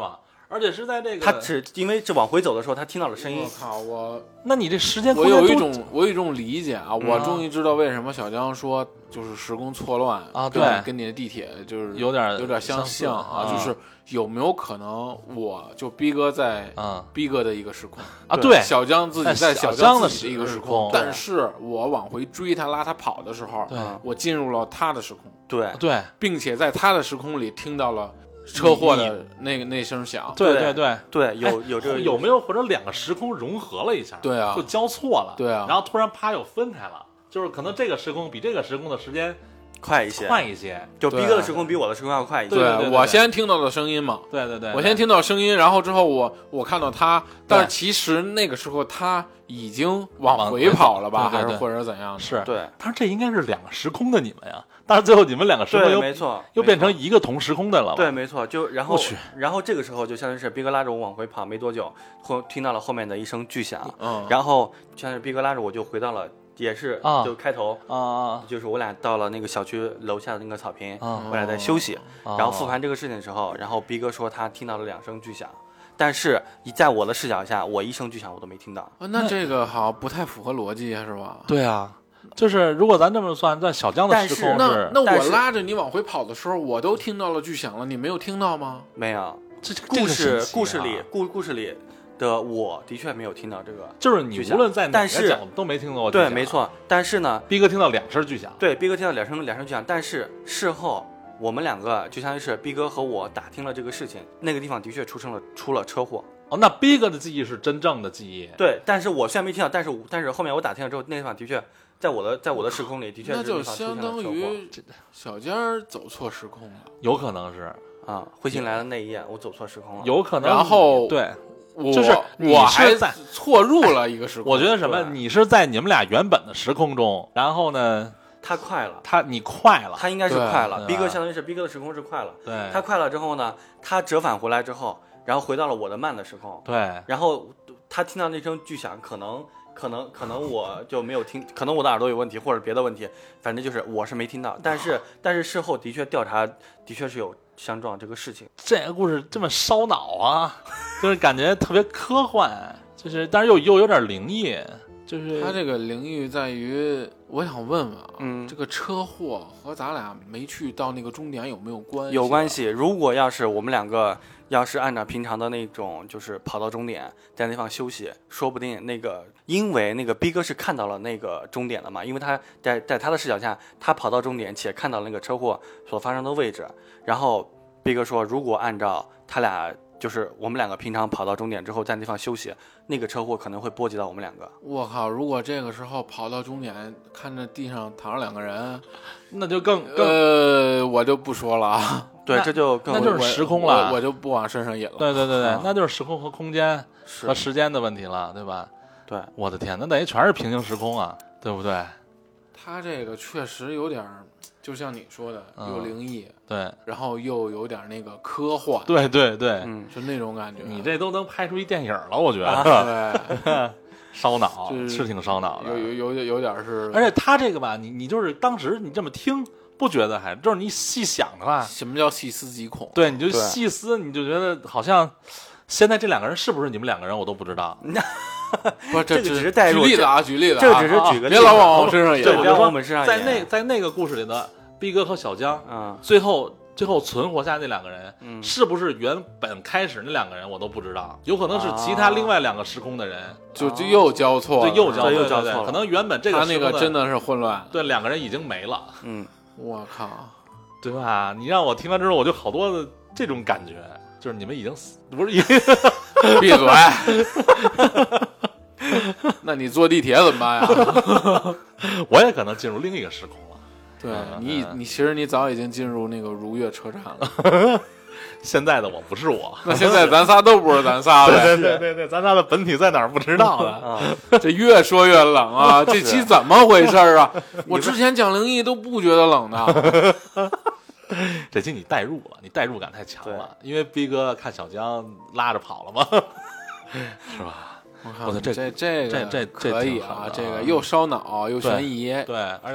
而且是在这个他只因为这往回走的时候，他听到了声音。 我靠，我那你这时间我有一种我有一种理解啊， 嗯、 我终于知道为什么小江说就是时空错乱啊，对， 跟跟你的地铁就是有点有点相像啊，就是有没有可能我就逼哥在啊逼哥的一个时空啊，对， 小江自己在小江的一个时空，但是我往回追他拉他跑的时候， 对， 我进入了他的时空， 对对， 并且在他的时空里听到了车祸的那个那声响， 对对对对，有有这个有没有或者两个时空融合了一下？ 对啊， 就交错了， 对啊， 然后突然啪又分开了，就是可能这个时空比这个时空的时间快一些， 快一些， 就逼哥的时空比我的时空要快一些。 对对对对我先听到的声音嘛， 对对对， 我先听到声音，然后之后我我看到他，但是其实那个时候他已经往回跑了吧， 对对对还是或者怎样的？ 是对， 他说这应该是两个时空的你们呀，但是最后你们两个时空又没错， 又变成一个同时空的了。 对，没错，就然后然后这个时候就相当于是逼哥拉着我往回跑，没多久后听到了后面的一声巨响， 嗯， 然后相当于逼哥拉着我就回到了。也是， 啊、 就开头啊， 就是我俩到了那个小区楼下的那个草坪， 啊、 我俩在休息， 啊、 然后复盘这个事情的时候，然后逼哥说他听到了两声巨响，但是一在我的视角下，我一声巨响我都没听到。 啊、那这个好不太符合逻辑啊，是吧？ 对啊，就是如果咱这么算，在小江的时空是，那那我拉着你往回跑的时候，我都听到了巨响了，你没有听到吗？ 没有， 这故事、 啊、 故事里故故事里。的我的确没有听到这个， 就是你无论在哪个角度都没听到过巨响。对，没错。但是呢， 逼哥听到两声巨响。 对，逼哥听到两声两声巨响。但是事后我们两个就相当于是逼哥和我打听了这个事情，那个地方的确出生了出了车祸。 哦，那逼哥的记忆是真正的记忆。 对，但是我虽然没听到，但是但是后面我打听了之后，那地方的确在我的在我的时空里的确是那就相当于小江走错时空了， 有可能是啊，彗星来的那一夜我走错时空了， 有可能。 然后对。 我就是我还在错入了一个时空， 我觉得什么？你是在你们俩原本的时空中，然后呢， 他快了， 他你快了， 他应该是快了。逼哥相当于是逼哥的时空是快了， 对， 他快了之后呢，他折返回来之后，然后回到了我的慢的时空， 对， 然后他听到那声巨响，可能可能可能我就没有听，可能我的耳朵有问题或者别的问题，反正就是我是没听到，但是但是事后的确调查的确是有相撞这个事情。 这个故事这么烧脑啊，就是感觉特别科幻，就是但是又又有点灵异，就是他这个灵异在于，我想问问啊， 嗯， 这个车祸和咱俩没去到那个终点有没有关系？ 有关系。如果要是我们两个要是按照平常的那种，就是跑到终点，在那地方休息，说不定那个，因为那个逼哥是看到了那个终点的嘛，因为他在在他的视角下，他跑到终点且看到了那个车祸所发生的位置，然后逼哥说，如果按照他俩。就是我们两个平常跑到终点之后在那地方休息，那个车祸可能会波及到我们两个。 我靠！如果这个时候跑到终点，看着地上躺着两个人， 那就更更呃，我就不说了啊。 对，这就更那就是时空了， 我, 我就不往身上引了。 对对对对， 啊、 那就是时空和空间和时间的问题了，对吧？ 对， 我的天，那等于全是平行时空啊，对不对？ 他这个确实有点。就像你说的，又灵异、 嗯，对， 然后又有点那个科幻， 对对对， 嗯， 就那种感觉。 你这都能拍出一电影了，我觉得， 啊、 对，烧脑、 就是、 是挺烧脑的， 有有有有点是。 而且他这个吧，你你就是当时你这么听，不觉得还就是你细想的话， 什么叫细思极恐？ 对，你就细思，你就觉得好像现在这两个人是不是你们两个人，我都不知道。 不是，这只是带入举例子啊，举例子、啊， 这只是举个例子， 别老往我身上演， 对， 别往我们身上演。 在那在那个故事里的逼哥和小江， 嗯， 最后最后存活下那两个人， 嗯， 是不是原本开始那两个人我都不知道，有可能是其他另外两个时空的人， 啊、 就就又交错了， 对，又交错， 又交错了， 可能原本这个他那个真的是混乱， 对，两个人已经没了， 嗯， 我靠， 对吧？你让我听完之后，我就好多的这种感觉，就是你们已经死，不是已闭嘴。那你坐地铁怎么办呀？ 我也可能进入另一个时空了。 对、嗯、你，你其实你早已经进入那个如月车站了。 现在的我不是我， 那现在咱仨都不是咱仨了。 对对对对，咱仨的本体在哪儿不知道的。 这越说越冷啊！这期怎么回事啊？我之前讲灵异都不觉得冷的。 这期你代入了，你代入感太强了，因为逼哥看小江拉着跑了嘛，是吧？ 我看这这这这这可以啊，这个又烧脑又悬疑， 对，而且还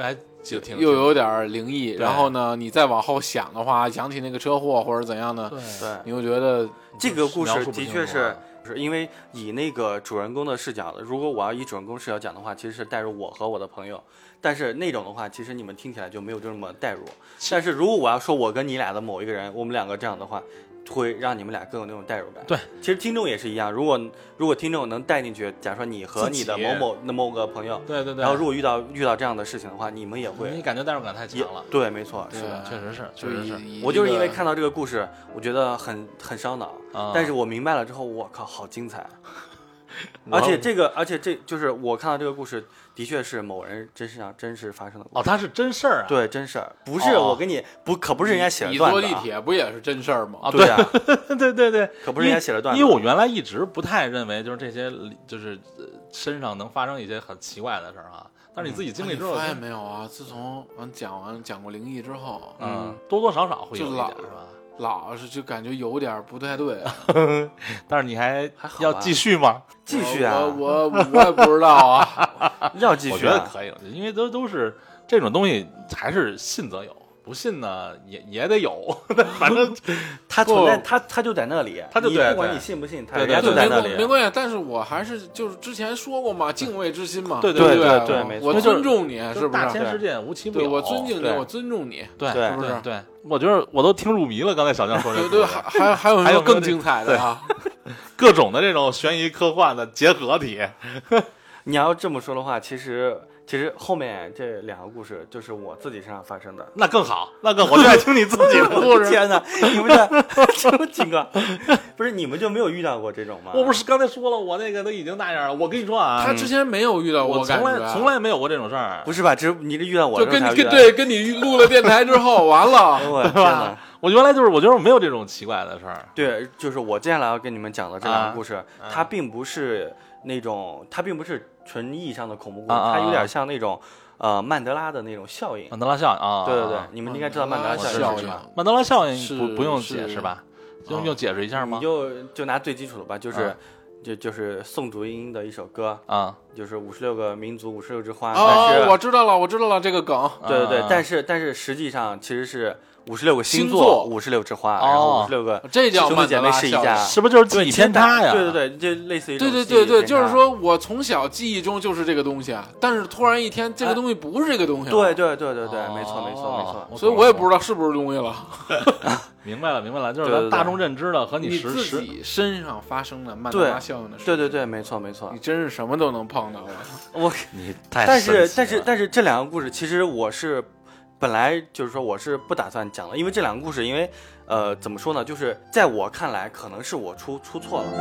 就挺又有点灵异，然后呢，你再往后想的话，想起那个车祸或者怎样的， 对， 你会觉得这个故事的确是。是因为以那个主人公的视角的，如果我要以主人公视角讲的话，其实是带入我和我的朋友，但是那种的话，其实你们听起来就没有这么带入。但是如果我要说我跟你俩的某一个人，我们两个这样的话，会让你们俩更有那种代入感。 对， 其实听众也是一样，如果如果听众能带进去，假如说你和你的某某的某个朋友， 对对对， 然后如果遇到遇到这样的事情的话，你们也会， 你感觉代入感太强了。 对，没错，是的，确实是，确实是。 我就是因为看到这个故事，我觉得很很烧脑， 啊、 但是我明白了之后，我靠，好精彩。而且这个，而且这就是我看到这个故事，的确是某人真实上真实发生的故事。 哦，它是真事儿啊？ 对，真事儿，不是我跟你不，可不是人家写的段子、啊。 你坐地铁不也是真事儿吗？ 啊， 对啊， 对对对， 可不是人家写的段子。 因为我原来一直不太认为，就是这些，就是身上能发生一些很奇怪的事儿啊。但是你自己经历之后， 发现没有啊？自从完讲完讲过灵异之后， 嗯，多多少少会有一点，是吧？ 老是就感觉有点不太对、啊， 但是你还要继续吗？ 继续啊！ 我我我也不知道啊， 要继续、啊， 我觉得可以，因为都都是这种东西，还是信则有，不信呢也也得有。反正他存在，他他就在那里， 他就你不管你信不信，他人家就在那里， 没关系。但是我还是就是之前说过嘛，敬畏之心嘛， 对对对对，没错， 我尊重你，是不是？ 大千世界无奇不有， 我尊敬你，我尊重你， 对， 是不是？ 对，我觉得我都听入迷了。刚才小将说这个， 对，还还还有还有更精彩的啊， 各种的这种悬疑科幻的结合体。 你要这么说的话，其实其实后面这两个故事就是我自己身上发生的， 那更好，那更我就爱听你自己的故事。 天哪，你们这这么几个，不是你们就没有遇到过这种吗？ 我不是刚才说了，我那个都已经那样了。我跟你说啊， 他之前没有遇到过， 我从来从来没有过这种事儿。 不是吧？只你这遇到我就跟你跟对跟你录了电台之后，完了， 我天哪！ 我原来就是我觉得我没有这种奇怪的事儿。 对，就是我接下来要跟你们讲的这两个故事，啊、它并不是那种，它并不是纯意义上的恐怖故事， 啊、 它有点像那种。呃，曼德拉的那种效应， 曼德拉效应啊， 对对对，你们应该知道曼德拉效应是吧？ 曼德拉效应不不用解释吧？用用解释一下吗？ 你就就拿最基础的吧，就是、啊、就就是宋祖英的一首歌啊， 就是五十六个民族，五十六枝花。 哦，我知道了，我知道了这个梗。 对对对，啊、但是但是实际上其实是。五十六个星座，五十六枝花， 哦、 然后五十六个这叫兄弟姐妹是一家， 是不是就是记忆偏差呀？ 对对对，就类似于对对对对，就是说我从小记忆中就是这个东西啊，但是突然一天这个东西不是这个东西、啊。 对对对对对， 哦、 没错没错没错， 所以我也不知道是不是东西了。 明白了明白了，就是咱大众认知的和你实自己身上发生的曼德拉效应的事。 对对对，没错没错， 你真是什么都能碰到了。 我你太但是但是但是这两个故事其实我是。本来就是说我是不打算讲的，因为这两个故事，因为呃怎么说呢，就是在我看来，可能是我出出错了。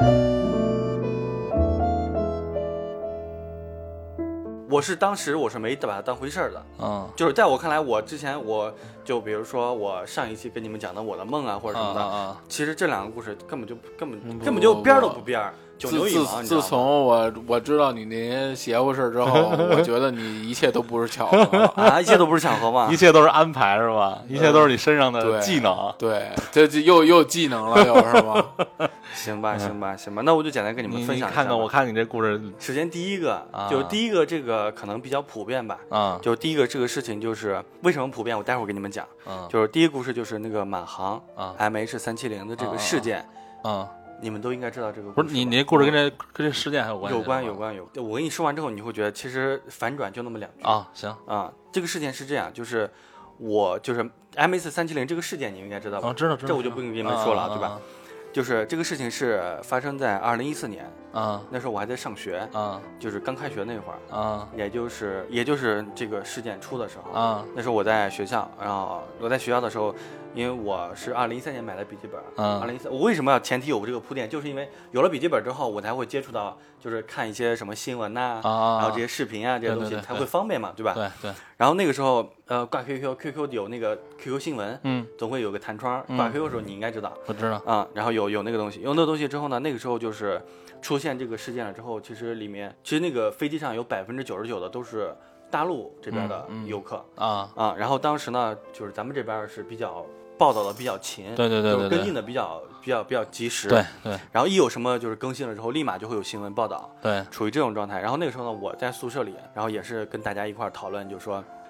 我是当时我是没把它当回事儿的， 嗯， 就是在我看来，我之前我就比如说我上一期跟你们讲的我的梦啊或者什么的， 嗯嗯、 其实这两个故事根本就根本、嗯、根本就边儿都不边儿。九牛一毛， 自从我我知道你那些邪乎事之后，我觉得你一切都不是巧合啊，一切都不是巧合吗？ 一切都是安排是吧？一切都是你身上的技能。 对，这就又又技能了，又是吗？ 行吧，行吧，行吧，那我就简单跟你们分享一下。 看看，我看你这故事。 首先第一个、啊、就是第一个，这个可能比较普遍吧。 啊， 就是第一个这个事情就是为什么普遍，我待会儿跟你们讲。 嗯， 就是第一个故事就是那个满航啊 M H 三七零的这个事件。 啊。 你们都应该知道这个故事。 不是你，你这故事跟这跟这事件还有关系？ 有关，有关，有。我跟你说完之后，你会觉得其实反转就那么两句啊。行啊，这个事件是这样，就是我就是 M H 三七零这个事件，你应该知道吧？ 啊，知道，知道。 这我就不跟你们说了， 啊、 对吧？就是这个事情是发生在二零一四年啊， 那时候我还在上学啊， 就是刚开学那会儿啊， 也就是也就是这个事件出的时候啊， 那时候我在学校，然后我在学校的时候。因为我是二零一三年买的笔记本， 嗯， 二零一三，我为什么要前提有这个铺垫，就是因为有了笔记本之后，我才会接触到，就是看一些什么新闻呐、 啊，啊然后这些视频啊这些东西才会方便嘛，对吧？ 对对。 然后那个时候，呃，挂 Q Q，Q Q 有那个 Q Q 新闻， 嗯， 总会有个弹窗，挂 Q Q 的时候你应该知道， 我知道啊，然后有有那个东西，有那个东西之后呢，那个时候就是出现这个事件了之后，其实里面其实那个飞机上有百分之九十九的都是大陆这边的游客、 嗯嗯、啊啊，然后当时呢，就是咱们这边是比较。报道的比较勤， 对对对对， 跟进的比较比较比较及时， 对对。 然后一有什么就是更新了之后，立马就会有新闻报道， 对， 处于这种状态。然后那个时候呢，我在宿舍里，然后也是跟大家一块讨论，就说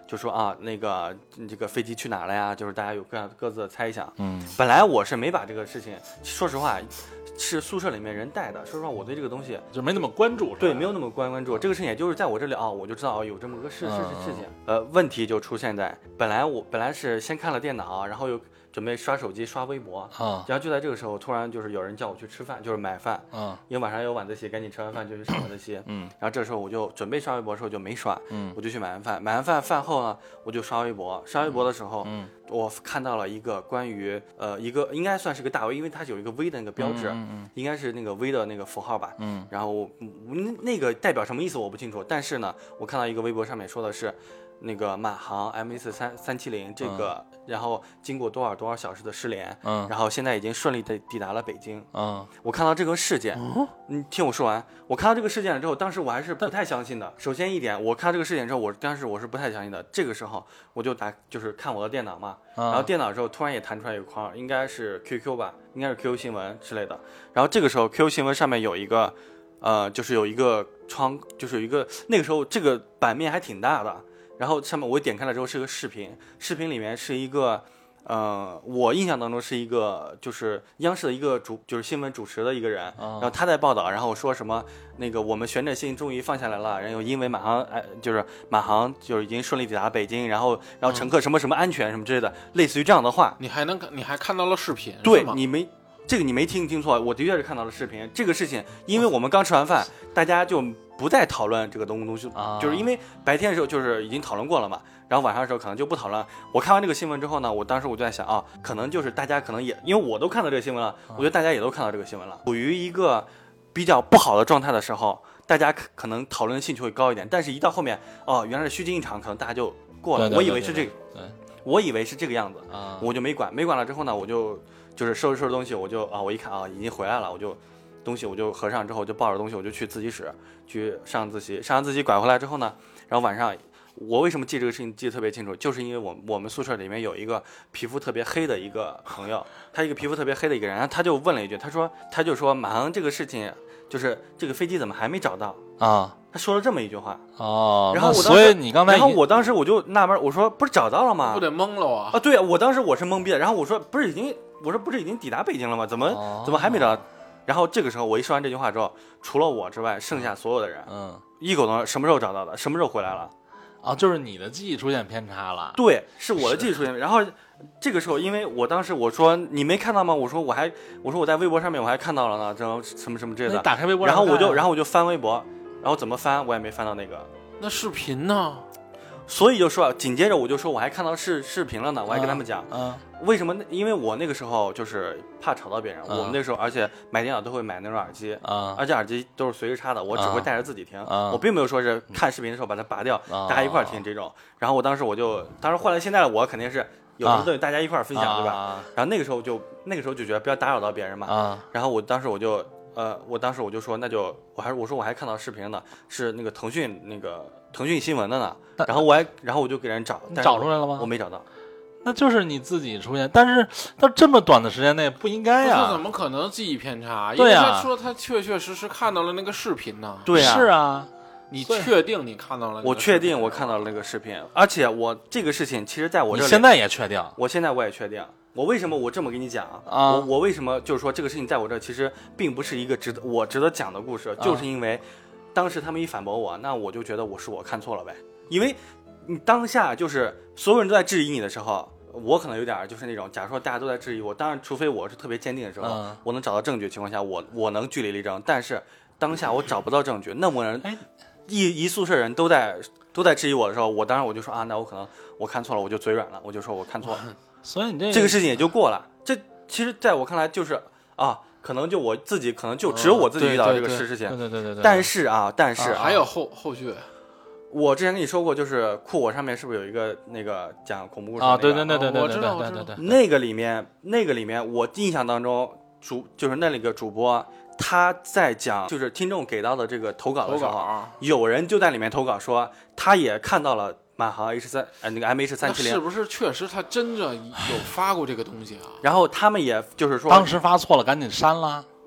就说啊那个这个飞机去哪了呀？就是大家有各各自的猜想。 嗯， 本来我是没把这个事情，说实话。是宿舍里面人带的，说实话，我对这个东西就没那么关注， 对，没有那么关关注。这个事情也就是在我这里啊、哦，我就知道哦有这么个事事事情。呃，问题就出现在本来我本来是先看了电脑，然后又准备刷手机、刷微博啊， 然后就在这个时候，突然就是有人叫我去吃饭，就是买饭， 嗯， 因为晚上有晚自习，赶紧吃完饭就去上晚自习， 嗯， 然后这时候我就准备刷微博的时候就没刷， 嗯， 我就去买完饭，买完饭饭后呢，我就刷微博，刷微博的时候， 嗯。 我看到了一个关于呃一个应该算是个大 V， 因为它有一个 V 的那个标志， 嗯嗯嗯、 应该是那个 V 的那个符号吧。 嗯， 然后那个代表什么意思我不清楚，但是呢，我看到一个微博上面说的是，那个马航 M H 三三七零这个、嗯，然后经过多少多少小时的失联， 嗯， 然后现在已经顺利的抵达了北京。 嗯， 我看到这个事件，嗯，你听我说完，我看到这个事件了之后，当时我还是不太相信的。首先一点，我看到这个事件之后，我当时我是不太相信的。这个时候我就打就是看我的电脑嘛。然后电脑之后突然也弹出来一个框，应该是 Q Q 吧，应该是 Q Q 新闻之类的。然后这个时候 Q Q 新闻上面有一个，呃，就是有一个窗，就是有一个那个时候这个版面还挺大的。然后上面我点开了之后是个视频，视频里面是一个，呃，我印象当中是一个就是央视的一个主就是新闻主持的一个人，然后他在报道，然后说什么那个我们悬着心终于放下来了，然后因为马航哎就是马航就是已经顺利抵达北京，然后然后乘客什么什么安全什么之类的，嗯、类似于这样的话。 你还能你还看到了视频？ 对，你没这个你没听听错，我的确是看到了视频。这个事情，因为我们刚吃完饭，大家就不再讨论这个东东西， 啊、 就是因为白天的时候就是已经讨论过了嘛，然后晚上的时候可能就不讨论。我看完这个新闻之后呢，我当时我就在想啊，可能就是大家可能也因为我都看到这个新闻了，我觉得大家也都看到这个新闻了，处于一个比较不好的状态的时候，大家可能讨论兴趣会高一点，但是一到后面哦，原来是虚惊一场，可能大家就过了。 对对对对对， 我以为是这个， 对， 我以为是这个样子， 啊、 我就没管，没管了之后呢，我就。就是收拾收拾东西，我就啊，我一看啊，已经回来了，我就东西我就合上之后，就抱着东西我就去自习室去上自习，上完自习拐回来之后呢，然后晚上我为什么记这个事情记得特别清楚，就是因为我我们宿舍里面有一个皮肤特别黑的一个朋友，他一个皮肤特别黑的一个人，然后他就问了一句，他说他就说马航这个事情就是这个飞机怎么还没找到啊？ 他说了这么一句话哦， 然后我所以你刚才， 然后我当时我就纳闷，我说不是找到了吗？ 不得懵了啊！ 啊，对我当时我是懵逼的，然后我说不是已经。我说不是已经抵达北京了吗？怎么、哦、怎么还没找到？然后这个时候我一说完这句话之后，除了我之外，剩下所有的人， 嗯， 异口同声，什么时候找到的？什么时候回来了？ 啊，就是你的记忆出现偏差了。 对，是我的记忆出现。然后这个时候，因为我当时我说你没看到吗？我说我还我说我在微博上面我还看到了呢，这什么什么之类的。 打开微博， 然后我就然后我就翻微博，然后怎么翻我也没翻到那个。 那视频呢？ 所以就说，紧接着我就说我还看到视视频了呢，我还跟他们讲， 嗯，嗯为什么？因为我那个时候就是怕吵到别人， 嗯、 我们那个时候，而且买电脑都会买那种耳机， 啊、 嗯，而且耳机都是随时插的，我只会带着自己听， 嗯、 我并没有说是看视频的时候把它拔掉， 嗯、 大家一块听这种。然后我当时我就，当时换了现在的我肯定是有什么东西大家一块分享， 啊、 对吧？然后那个时候就那个时候就觉得不要打扰到别人嘛， 啊、 然后我当时我就。呃，我当时我就说，那就我还我说我还看到视频呢，是那个腾讯那个腾讯新闻的呢。然后我还然后我就给人找， 找出来了吗？ 我没找到。 那就是你自己出现，但是到这么短的时间内不应该呀、啊？ 怎么可能记忆偏差？ 对呀、啊， 因为他说他确确实实看到了那个视频呢。 对呀、 啊，是啊。 你确定你看到了那个视频？ 我确定我看到了那个视频，而且我这个事情其实在我这里， 你现在也确定？ 我现在我也确定。我为什么我这么跟你讲啊？ 我我为什么就是说这个事情在我这其实并不是一个值得我值得讲的故事， 啊、 就是因为当时他们一反驳我，那我就觉得我是我看错了呗。因为你当下就是所有人都在质疑你的时候，我可能有点就是那种，假如说大家都在质疑我，当然除非我是特别坚定的时候， 嗯、 我能找到证据的情况下，我我能据理力争。但是当下我找不到证据，那么人一一宿舍人都在都在质疑我的时候，我当然我就说啊，那我可能我看错了，我就嘴软了，我就说我看错了。 所以你这个这个事情也就过了。这其实在我看来就是啊，可能就我自己，可能就只有我自己遇到这个事事情。 对对对对对。 但是啊，但是、啊啊、还有后后续。 我之前跟你说过，就是酷我上面是不是有一个那个讲恐怖故事、那个、 啊？对对对对对， 我知道我知道。 那个里面，那个里面，我印象当中主就是那里个主播他在讲，就是听众给到的这个投稿的时候， 啊、 有人就在里面投稿说，他也看到了。马航 H 三呃那个 M H 三七零是不是确实他真的有发过这个东西啊？ 然后他们也就是说当时发错了赶紧删了。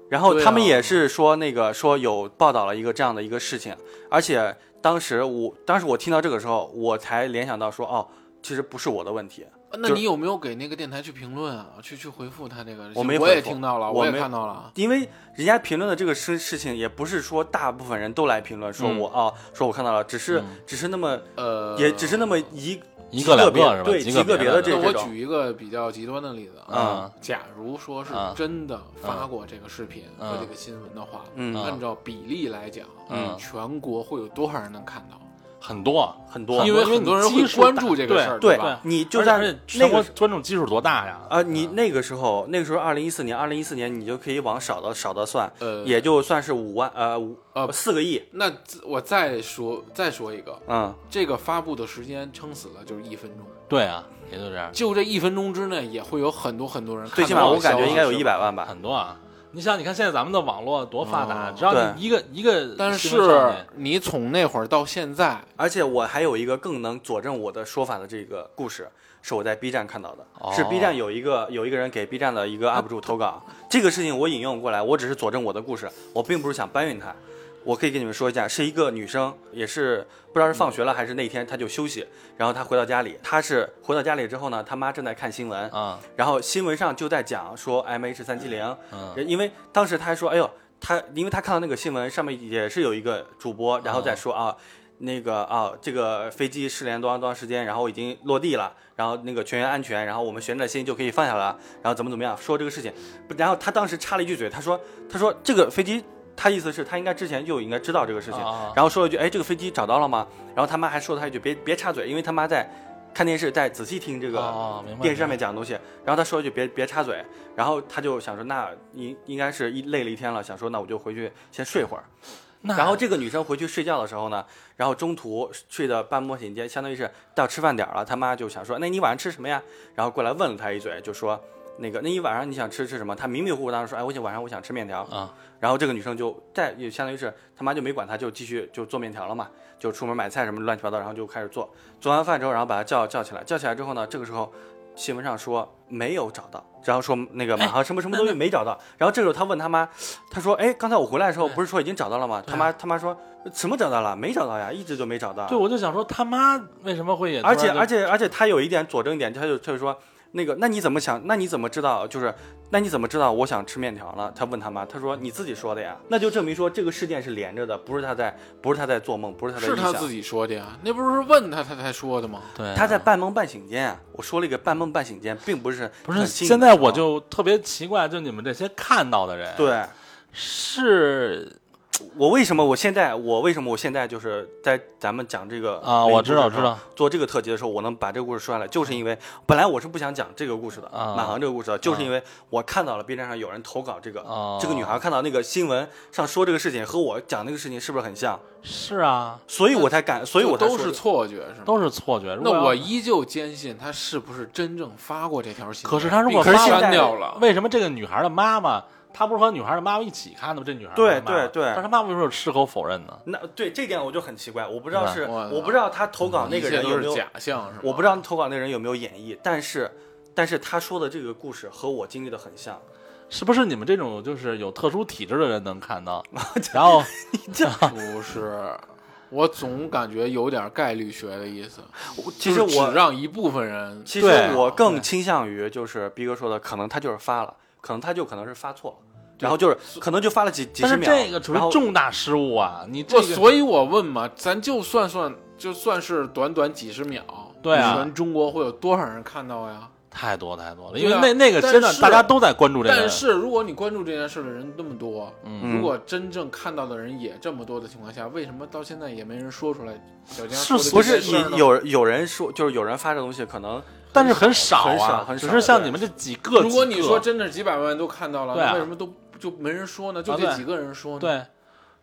然后他们也是说那个说有报道了一个这样的一个事情，而且当时我当时我听到这个时候，我才联想到说哦，其实不是我的问题。 那你有没有给那个电台去评论啊？去去回复他这个？ 我没， 我也听到了， 我也看到了。 因为人家评论的这个事事情，也不是说大部分人都来评论，说我、嗯、哦，说我看到了，只是、嗯、只是那么呃， 也只是那么一一个两个是吧？ 对， 极个别的这种。 我举一个比较极端的例子啊、 嗯，假如说是真的发过这个视频和这个新闻的话， 嗯， 按照比例来讲， 嗯， 全国会有多少人能看到？ 很多很多， 因为很多人会关注这个事儿， 对吧？ 你就在那个观众基数多大呀？ 啊，你那个时候，那个时候二零一四年，二零一四年你就可以往少的少的算， 呃， 也就算是五万，呃，五呃四个亿。 那我再说再说一个， 嗯， 这个发布的时间撑死了就是一分钟。 对啊，也就这样。 就这一分钟之内，也会有很多很多人看到。 最起码我感觉应该有一百万吧， 很多啊。你想，你看现在咱们的网络多发达， 哦、 只要你一个一个， 但是你从那会儿到现在， 而且我还有一个更能佐证我的说法的这个故事，是我在 B 站看到的， 哦、 是 B 站有一个有一个人给 B 站的一个 U P 主投稿，啊、这个事情我引用过来，我只是佐证我的故事，我并不是想搬运他。我可以跟你们说一下，是一个女生，也是不知道是放学了还是那天她就休息，然后她回到家里，她是回到家里之后呢，她妈正在看新闻啊， 然后新闻上就在讲说 M H 三七零， 嗯， 因为当时她还说，哎呦，她因为她看到那个新闻上面也是有一个主播，然后再说啊，那个啊这个飞机失联多长多长时间，然后已经落地了，然后那个全员安全，然后我们悬着心就可以放下了，然后怎么怎么样说这个事情，然后她当时插了一句嘴，她说她说这个飞机。他意思是他应该之前就应该知道这个事情， 啊、 然后说了一句，哎，这个飞机找到了吗？然后他妈还说了他一句，别别插嘴，因为他妈在看电视，在仔细听这个电视上面讲的东西。 哦、 然后他说了一句，别别插嘴。然后他就想说，那应应该是一累了一天了，想说那我就回去先睡会儿。然后这个女生回去睡觉的时候呢，然后中途睡得半梦醒间，相当于是到吃饭点了，他妈就想说，那你晚上吃什么呀？然后过来问了他一嘴，就说。那个，那你晚上你想吃吃什么？他迷迷糊糊当时说，哎，我想晚上我想吃面条啊。 然后这个女生就再也相当于是他妈就没管她，就继续就做面条了嘛，就出门买菜什么乱七八糟，然后就开始做。做完饭之后，然后把她叫叫起来，叫起来之后呢，这个时候新闻上说没有找到，然后说那个马航什么什么东西没找到。然后这时候他问他妈，他说，哎，刚才我回来的时候不是说已经找到了吗？他妈他妈说什么找到了？没找到呀，一直就没找到。 对，我就想说他妈为什么会也？ 而且而且而且他有一点佐证一点，他就他就说。那个，那你怎么想？那你怎么知道？就是，那你怎么知道我想吃面条了？他问他妈，他说你自己说的呀。那就证明说这个事件是连着的，不是他在，不是他在做梦，不是他在。 是他自己说的呀，那不是问他他才说的吗？ 对、啊， 他在半梦半醒间啊。我说了一个半梦半醒间，并不是不是。现在我就特别奇怪，就你们这些看到的人， 对， 是。 我为什么我现在我为什么我现在就是在咱们讲这个啊，我知道知道做这个特辑的时候，我能把这个故事说下来，就是因为本来我是不想讲这个故事的， 啊、 马航这个故事的，就是因为我看到了 B 站上有人投稿这个， 啊、 这个女孩看到那个新闻上说这个事情和我讲那个事情是不是很像？ 是啊， 所以我才敢，所以我才都是错觉，是吗？ 都是错觉。 那我依旧坚信他是不是真正发过这条新闻？ 可是他如果发删掉了， 为什么这个女孩的妈妈？他不是和女孩的妈妈一起看的吗？这女孩对对对， 但是他妈妈为什么矢口否认呢？ 那对这点我就很奇怪，我不知道是我不知道他投稿那个人有没有假象，是吗？ 我不知道投稿那个人有没有演绎，但是但是他说的这个故事和我经历的很像， 是不是你们这种就是有特殊体质的人能看到？然后你这不是。我总感觉有点概率学的意思， 其实我只让一部分人。 其实我更倾向于就是逼哥说的，可能他就是发了，可能他就可能是发错了。然后就是可能就发了几几十秒， 但是这个属于重大失误啊！你这个， 所以我问嘛，咱就算算，就算是短短几十秒， 对啊， 全中国会有多少人看到呀？ 太多太多了，因为那那个真的大家都在关注这个。 但是如果你关注这件事的人那么多， 嗯， 如果真正看到的人也这么多的情况下，为什么到现在也没人说出来？小江是不是有有人说，就是有人发这东西可能。 但是很少啊， 很少很少只是像你们这几个。 如果你说真的几百万都看到了， 对啊、 为什么都就没人说呢？就这几个人说呢？ 对，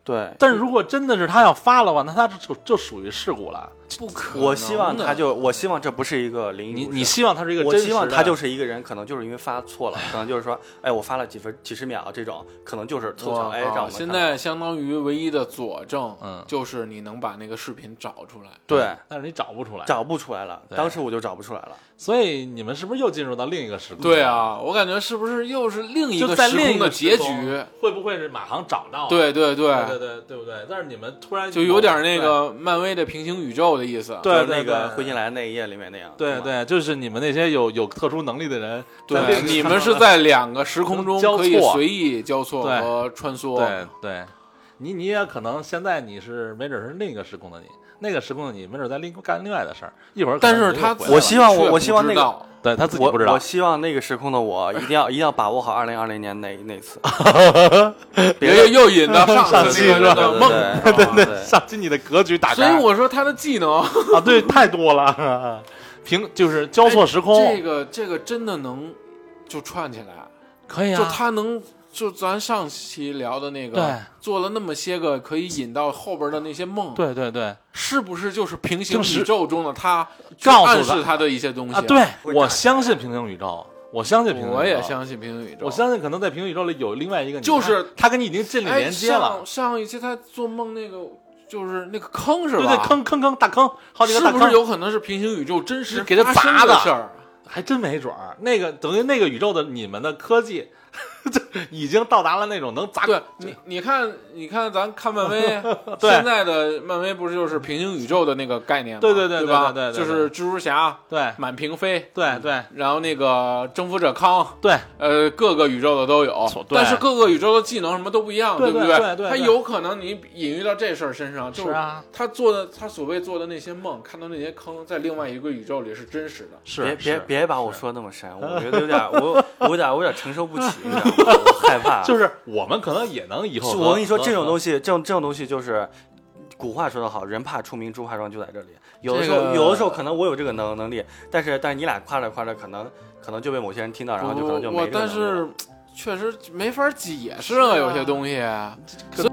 对， 但是如果真的是他要发了话，那他就就属于事故了。 不可能。 我希望他就，我希望这不是一个灵异你故事。 你希望他是一个真实的， 我希望他就是一个人，可能就是因为发错了，可能就是说，哎，我发了几分几十秒这种，可能就是凑巧，哎，让我们现在相当于唯一的佐证， 嗯， 就是你能把那个视频找出来。 对， 但是你找不出来， 找不出来了，当时我就找不出来了。 所以你们是不是又进入到另一个时空？ 对啊，我感觉是不是又是另一个时空的结局？ 会不会是马航找到？ 对对对对对对不对？但是你们突然就有点那个漫威的平行宇宙的意思， 对那个灰烬来那一页里面那样。 对对，就是你们那些有有特殊能力的人， 对，你们是在两个时空中可以随意交错和穿梭。 对对，你你也可能现在你是没准是另一个时空的你。那个时空的你，没准在另干另外的事儿。一会儿， 但是他， 我希望我我希望那个， 对他自己不知道。 我希望那个时空的我一定要一定要把握好二零二零年那那次。 别又引到上期是吧？ 梦， 对对对，上期你的格局打开。 所以我说他的技能啊，对，太多了。平就是交错时空， 这个这个真的能就串起来， 可以啊， 就他能。就咱上期聊的那个， 对， 做了那么些个可以引到后边的那些梦， 对对对， 是不是就是平行宇宙中的他告诉暗示他的一些东西啊？对，我相信平行宇宙，我相信平行宇宙， 我也相信平行宇宙， 我相信可能在平行宇宙里有另外一个你， 就是他跟你已经建立连接了。 上上一期他做梦那个就是那个坑是吧？ 对对，坑坑坑大坑，好几个大坑， 是不是有可能是平行宇宙真实给他砸的事儿？ 还真没准儿，那个等于那个宇宙的你们的科技。已经到达了那种能砸。 对你，你看，你看，咱看漫威，现在的漫威不是就是平行宇宙的那个概念吗？ 对对对对吧？ 对对， 就是蜘蛛侠， 对， 满屏飞， 对对， 然后那个征服者康， 对， 呃，各个宇宙的都有，但是各个宇宙的技能什么都不一样， 对不对对对， 他有可能你隐喻到这事儿身上，就是啊， 他做的，他所谓做的那些梦，看到那些坑，在另外一个宇宙里是真实的。 是， 别别别把我说那么深，我觉得有点，我我有点我有点承受不起，我害怕。 就是我们可能也能以后， 我跟你说，这种东西，这种这种东西就是，古话说得好，人怕出名，猪怕壮，就在这里。有的时候， 这个、 有的时候可能我有这个能能力，但是但是你俩夸着夸着，可能可能就被某些人听到，然后就可能就没这个能力了。 但是确实没法解释啊，有些东西。所以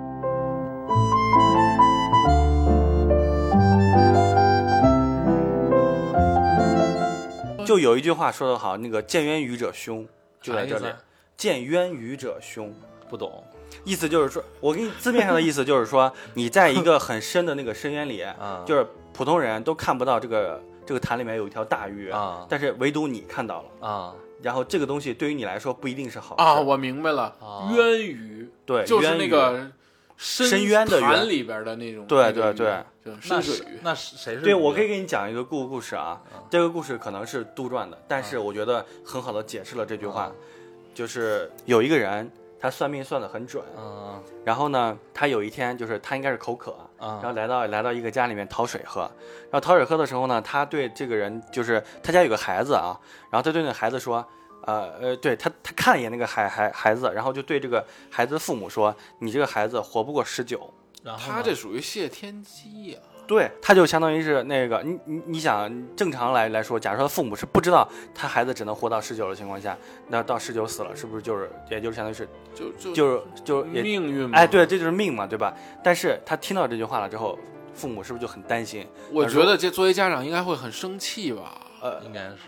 就有一句话说得好，那个见渊鱼者凶，就在这里。见渊鱼者凶， 不懂， 意思就是说，我给你字面上的意思就是说，你在一个很深的那个深渊里， 嗯、 就是普通人都看不到这个这个潭里面有一条大鱼， 啊、 但是唯独你看到了啊。 然后这个东西对于你来说不一定是好事啊，我明白了， 啊、 渊鱼， 对， 就是那个深渊的潭里边的那种， 对对对， 深水鱼。 那谁是？ 对，我可以给你讲一个故故事啊，嗯、这个故事可能是杜撰的，但是我觉得很好的解释了这句话。嗯就是有一个人，他算命算得很准， 嗯， 然后呢，他有一天就是他应该是口渴， 嗯， 然后来到来到一个家里面讨水喝，然后讨水喝的时候呢，他对这个人就是他家有个孩子啊，然后他对那个孩子说，呃呃，对他他看了一眼那个孩孩孩子，然后就对这个孩子的父母说，你这个孩子活不过十九， 他这属于谢天机呀、啊。 对，他就相当于是那个，你你你想正常来来说，假如说父母是不知道他孩子只能活到十九的情况下，那到十九死了，是不是就是也就是相当于是就就就是就命运嘛？ 哎，对，这就是命嘛，对吧？但是他听到这句话了之后，父母是不是就很担心？ 我觉得这作为家长应该会很生气吧？ 呃，应该是。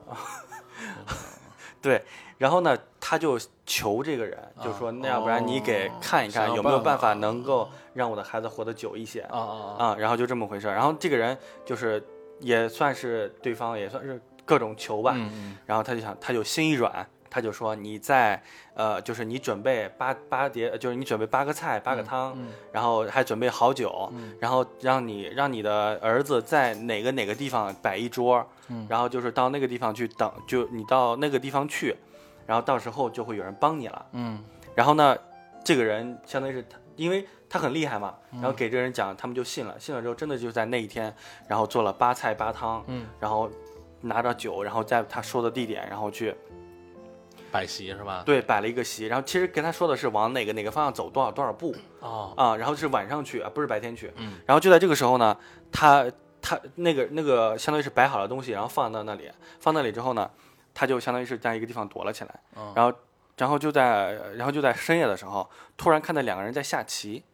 对，然后呢，他就求这个人，啊、就说那要不然你给看一看、哦、有没有办法能够让我的孩子活得久一些啊啊啊！然后就这么回事。然后这个人就是也算是对方也算是各种求吧， 嗯嗯然后他就想，他就心一软，他就说你在呃，就是你准备八八碟，就是你准备八个菜八个汤， 嗯嗯、 然后还准备好酒， 嗯、 然后让你让你的儿子在哪个哪个地方摆一桌， 嗯、 然后就是到那个地方去等，就你到那个地方去。然后到时候就会有人帮你了， 嗯， 然后呢，这个人相当于是他，因为他很厉害嘛，然后给这个人讲，他们就信了，信了之后真的就在那一天，然后做了八菜八汤， 嗯， 然后拿着酒，然后在他说的地点，然后去摆席是吧？ 对，摆了一个席，然后其实跟他说的是往哪个哪个方向走多少多少步， 哦啊，然后是晚上去啊，不是白天去， 嗯， 然后就在这个时候呢，他他那个那个相当于是摆好了东西，然后放到那里，放那里之后呢，他就相当于是在一个地方躲了起来， 嗯、 然后。然后就在，然后就在深夜的时候，突然看到两个人在下棋，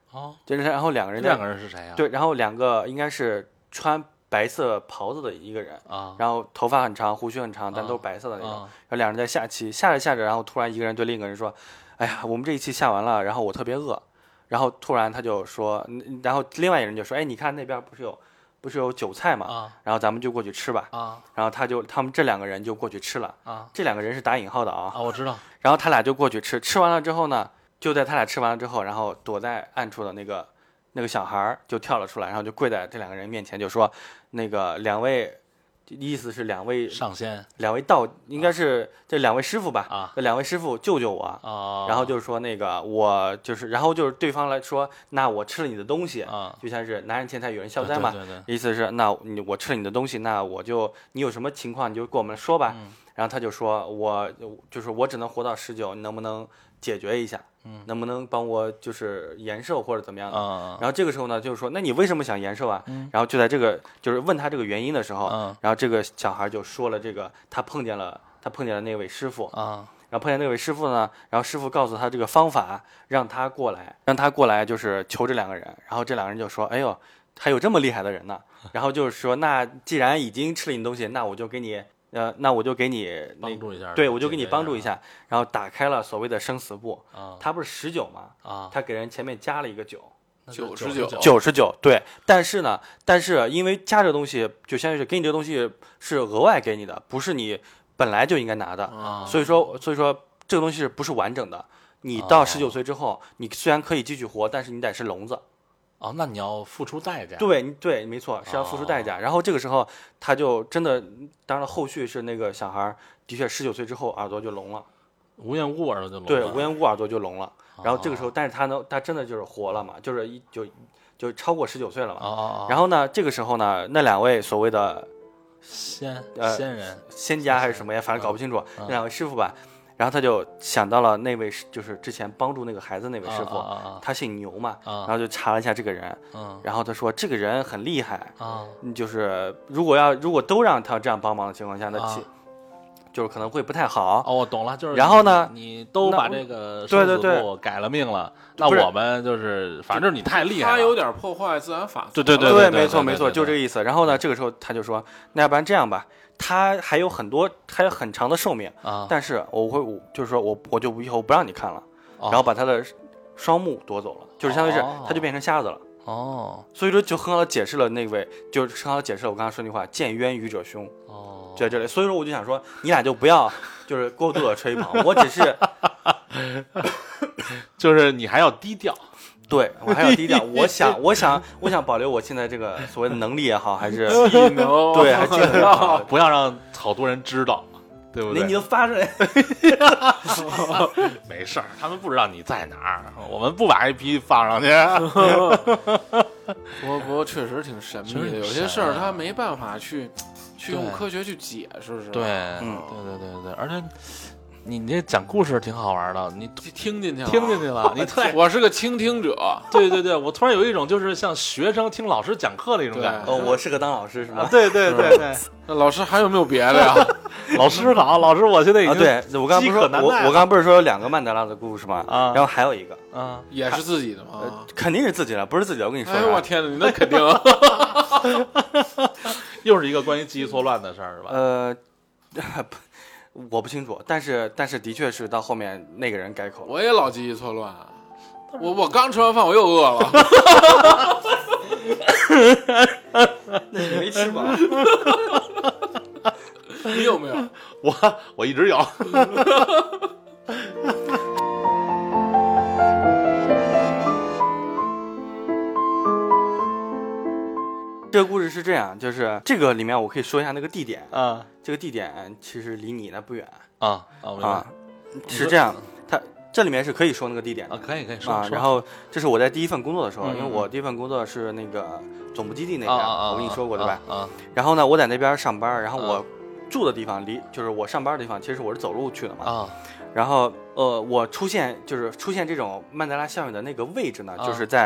哦， 就是然后两个人这两个人是谁呀？ 对，然后两个应该是穿白色袍子的一个人啊， 然后头发很长，胡须很长，但都是白色的那种。 啊、 然后两人在下棋，下着下着，然后突然一个人对另一个人说：“哎呀，我们这一棋下完了，然后我特别饿。”然后突然他就说，然后另外一个人就说：“哎，你看那边不是有不是有韭菜嘛？ 啊， 然后咱们就过去吃吧。” 啊， 然后他就他们这两个人就过去吃了。 啊， 这两个人是打引号的啊。 啊，我知道。 然后他俩就过去吃，吃完了之后呢，就在他俩吃完了之后，然后躲在暗处的那个那个小孩就跳了出来，然后就跪在这两个人面前，就说：“那个两位，意思是两位上仙， 两位道，应该是这两位师傅吧？ 啊， 这两位师傅救救我啊！ 然后就是说那个我就是，然后就是对方来说，那我吃了你的东西啊， 就像是拿人钱财与人消灾嘛。 对对对， 意思是那你我吃了你的东西，那我就你有什么情况你就跟我们说吧。 嗯、 然后他就说，我就是我只能活到十九，你能不能解决一下？ 嗯， 能不能帮我就是延寿或者怎么样的？ 嗯、 然后这个时候呢，就是说，那你为什么想延寿啊？ 嗯、 然后就在这个就是问他这个原因的时候， 嗯、 然后这个小孩就说了这个他碰见了他碰见了那位师傅啊， 然后碰见那位师傅呢，然后师傅告诉他这个方法，让他过来，让他过来就是求这两个人，然后这两个人就说，哎呦，还有这么厉害的人呢，然后就是说，那既然已经吃了你东西，那我就给你。呃，那我就给你那帮助一下， 对，我就给你帮助一下，然后打开了所谓的生死簿， 啊， 他不是十九吗？ 啊， 他给人前面加了一个九， 九十九， 九十九，对。但是呢，但是因为加这个东西，就相当于是给你这个东西是额外给你的，不是你本来就应该拿的， 啊， 所以说，所以说这个东西是不是完整的？你到十九岁之后，你虽然可以继续活，但是你得是聋子。 哦，那你要付出代价。 对，对，没错，是要付出代价。 哦、 然后这个时候，他就真的，当然后续是那个小孩的确十九岁之后耳朵就聋了， 无缘无故耳朵就聋了。 对，无缘无故耳朵就聋了。然后这个时候，但是他能，他真的就是活了嘛，就是一就就超过十九岁了嘛。 哦哦。 然后呢，这个时候呢，那两位所谓的仙呃仙人、 仙家还是什么呀，反正搞不清楚。 嗯、 那两位师傅吧。然后他就想到了那位，就是之前帮助那个孩子那位师傅， 啊啊啊、 他姓牛嘛， 啊、 然后就查了一下这个人， 嗯、 然后他说这个人很厉害， 啊、 就是如果要如果都让他这样帮忙的情况下，那其、 啊、 就是可能会不太好。 哦，我懂了，就是然后呢， 你都把这个对对对改了命了，那我们就是反正你太厉害了， 他有点破坏自然法则。 对对对对， 对， 没错没错，就这个意思。然后呢，这个时候他就说，那要不然这样吧。他还有很多，还有很长的寿命啊！ 但是我会，我就是说我我就以后不让你看了， 哦、 然后把他的双目夺走了，就是相当于是他就变成瞎子了。 哦， 所以说就很好的解释了那位，就是很好的解释了我刚刚说那句话，见冤愚者凶。 哦， 就在这里。所以说我就想说，你俩就不要就是过度的吹捧，我只是， 就是你还要低调。 对，我还要低调。我想，我想，我想保留我现在这个所谓的能力也好，还是技能， 对，还技能也好， 不要让好多人知道，对不对？ 你都发出来， 没事儿，他们不知道你在哪儿，我们不把 I P 放上去。 不过不过确实挺神秘的，有些事儿他没办法去去用科学去解释，是吧？ 对，嗯，对对对对，而且。你你这讲故事挺好玩的，你听进去了， 听进去了。你对，我是个倾听者。 对对对，我突然有一种就是像学生听老师讲课的一种感觉。 哦，我适合当老师是吗？ 啊、对对对对。 那老师还有没有别的呀？ 老师好，老师，我现在已经、 啊、对我刚刚不是说我我刚刚不是说有两个曼德拉的故事吗？ 啊， 然后还有一个啊， 也是自己的吗？ 呃、肯定是自己的，不是自己的。我跟你说， 哎呦我天哪，你那肯定。 又是一个关于记忆错乱的事儿，是吧？ 呃。我不清楚，但是但是的确是到后面那个人改口， 我也老记忆错乱。我我刚吃完饭，我又饿了。 那你没吃饱？ 你有没有？ 我我一直有。 这个故事是这样，就是这个里面我可以说一下那个地点啊， 这个地点其实离你那不远啊啊啊，是这样，它这里面是可以说那个地点的啊，可以可以说啊。然后这是我在第一份工作的时候， 嗯、 因为我第一份工作是那个总部基地那边， 啊啊、 我跟你说过对吧？ 啊。 然后呢，我在那边上班，然后我住的地方离就是我上班的地方，其实我是走路去的嘛啊。 然后呃，我出现就是出现这种曼德拉效应的那个位置呢， 啊、 就是在。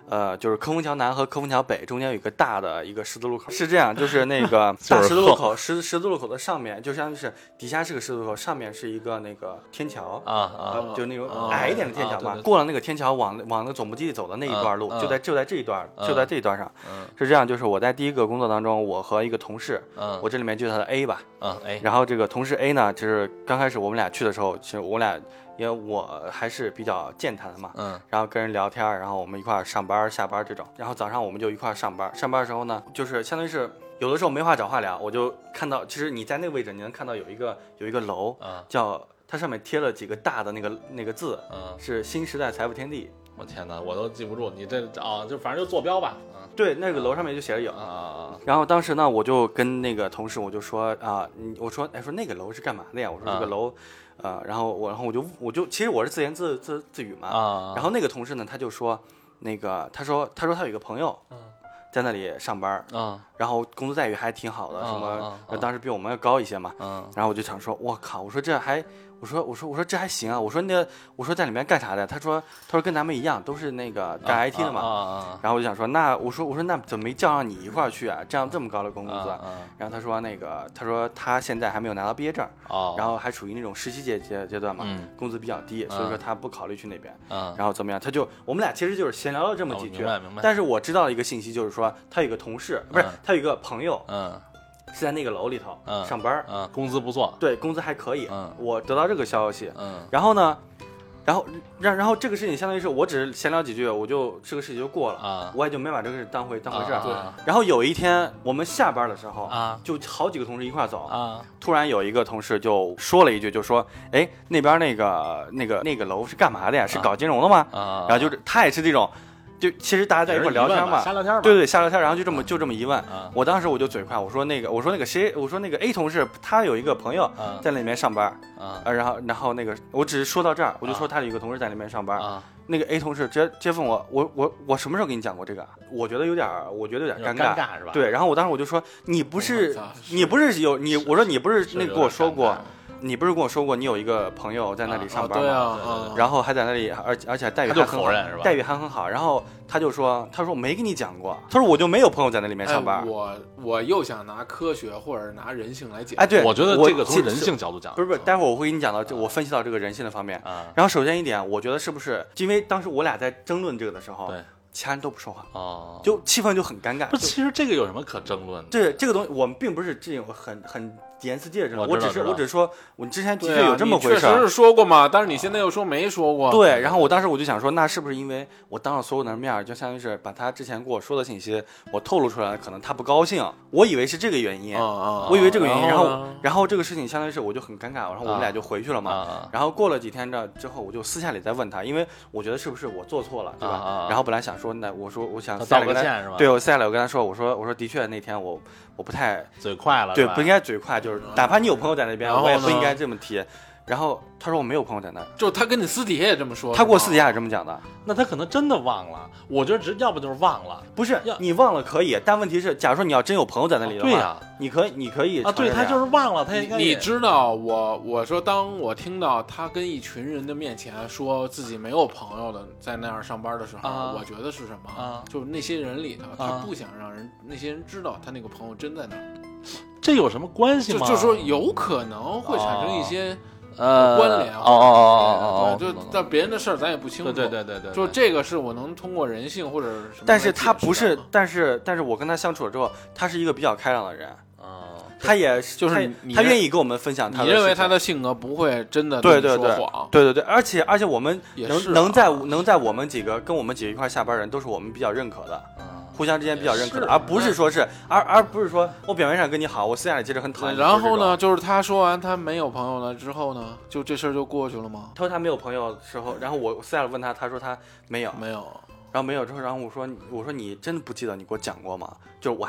呃，就是科丰桥南和科丰桥北中间有一个大的一个十字路口，是这样，就是那个大十字路口，十十字路口的上面就相当于是底下是个十字路口，上面是一个那个天桥啊啊、 呃，就那种矮一点的天桥嘛。啊、过了那个天桥往往那个总部基地走的那一段路，啊、就在就在这一段，啊、就在这一段上。嗯、是这样，就是我在第一个工作当中，我和一个同事，嗯、我这里面就叫他的 A 吧，嗯 A， 然后这个同事 A 呢，就是刚开始我们俩去的时候，其实我俩。因为我还是比较健谈的嘛，嗯，然后跟人聊天，然后我们一块儿上班下班这种，然后早上我们就一块儿上班，上班的时候呢，就是相当于是有的时候没话找话聊，我就看到，其实你在那个位置，你能看到有一个有一个楼，嗯，叫它上面贴了几个大的那个那个字，嗯，是新时代财富天地。 我天哪，我都记不住，你这啊，就反正就坐标吧，嗯， 对，那个楼上面就写着有，啊啊啊。然后当时呢，我就跟那个同事我就说啊，我说哎说那个楼是干嘛的呀？我说这个楼。啊呃，然后我，然后我就，我就，其实我是自言自自自语嘛。啊。然后那个同事呢，他就说，那个，他说，他说他有一个朋友，在那里上班，嗯，然后工作待遇还挺好的，什么，当时比我们要高一些嘛。嗯。然后我就想说，我靠，我说这还，我说，我说，我说这还行啊。我说那，我说在里面干啥的？他说，他说跟咱们一样，都是那个干 I T 的嘛。啊啊。然后我就想说，那我说，我说那怎么没叫上你一块儿去啊？这样这么高的工资。然后他说那个，他说他现在还没有拿到毕业证，哦，然后还处于那种实习阶阶阶段嘛，嗯，工资比较低，所以说他不考虑去那边。嗯。然后怎么样？他就我们俩其实就是闲聊了这么几句，明白明白。但是我知道一个信息，就是说他有一个同事，不是他有一个朋友，嗯。是在那个楼里头、嗯、上班， 嗯，工资不错， 对，工资还可以，嗯，我得到这个消息，嗯，然后呢，然后然然后这个事情相当于是我只是闲聊几句，我就这个事情就过了，啊，我也就没把这个事当回当回事儿，对、啊。然后有一天我们下班的时候，啊，就好几个同事一块走，啊，突然有一个同事就说了一句，就说，哎，那边那个那个那个楼是干嘛的呀？是搞金融的吗？啊，然后就是他也是这种。就其实大家在一块聊天嘛， 瞎聊天嘛， 对对，瞎聊天，然后就这么就这么一问，啊、我当时我就嘴快，我说那个我说那个谁，我说那个 A 同事他有一个朋友在那里面上班，啊，呃、然后然后那个我只是说到这儿，我就说他有一个同事在那边上班，啊，那个 A 同事直接直接问我，我我我什么时候跟你讲过这个？我觉得有点，我觉得有点尴尬， 尴尬是吧？ 对，然后我当时我就说你不是你不是有你，我说你不是那个跟我说过。你不是跟我说过你有一个朋友在那里上班吗？ 啊啊啊、 然后还在那里，而而且待遇还很好，待遇还很好。然后他就说：“他说我没跟你讲过，他说我就没有朋友在那里面上班。 哎”我我又想拿科学或者拿人性来解释。 哎，对， 我觉得这个从人性角度讲， 不是不是，待会儿我会给你讲到这，我分析到这个人性的方面。啊、然后首先一点，我觉得是不是因为当时我俩在争论这个的时候，对。其他人都不说话，哦，就气氛就很尴尬。 不，其实这个有什么可争论的？ 对，这个东西我们并不是这种很很严丝戒指，我只是我只是说，我之前的确有这么回事， 确实是说过嘛，但是你现在又说没说过。 对，然后我当时我就想说，那是不是因为我当着所有人的面，就相当于是把他之前跟我说的信息我透露出来，可能他不高兴，我以为是这个原因，哦、我以为这个原因，然后然后这个事情相当于是我就很尴尬，然后我们俩就回去了嘛，啊、然后过了几天这之后，我就私下里再问他，因为我觉得是不是我做错了，对吧？啊、然后本来想说，那我说我。想道个歉是吧？ 对，我下来我跟他说，我说我说的确那天我我不太嘴快了， 对，不应该嘴快，就是哪怕你有朋友在那边，我也不应该这么提。然后他说我没有朋友在那儿， 就他跟你私底下也这么说， 他跟我私底下也这么讲的。 那他可能真的忘了，我觉得只要不就是忘了， 不是你忘了可以，但问题是，假如说你要真有朋友在那里的话， 对呀、啊， 你可以你可以啊，对他就是忘了，他应该你知道我我说当我听到他跟一群人的面前说自己没有朋友的在那儿上班的时候，啊、我觉得是什么？啊、就是那些人里头，他不想让人、啊、那些人知道他那个朋友真在那儿， 这有什么关系吗？ 就就说有可能会产生一些。 哦呃， 关联哦哦哦哦哦， 就但别人的事儿咱也不清楚。 对对对对对， 就这个是我能通过人性或者什么。 但是他不是，但是但是我跟他相处了之后，他是一个比较开朗的人。哦，他也就是他愿意跟我们分享他的。 你认为他的性格不会真的对对对说谎？ 对对对，而且而且我们能、 啊、 能在能在我们几个跟我们几个一块下班的人，都是我们比较认可的。嗯。互相之间比较认可的，而不是说是，而而不是说我表面上跟你好，我私下里其实很讨厌。 然后呢，就是他说完他没有朋友了之后呢，就这事儿就过去了吗？ 他说他没有朋友的时候，然后我私下里问他，他说他没有， 没有。 然后没有之后，然后我说我说你真的不记得你给我讲过吗？就是我还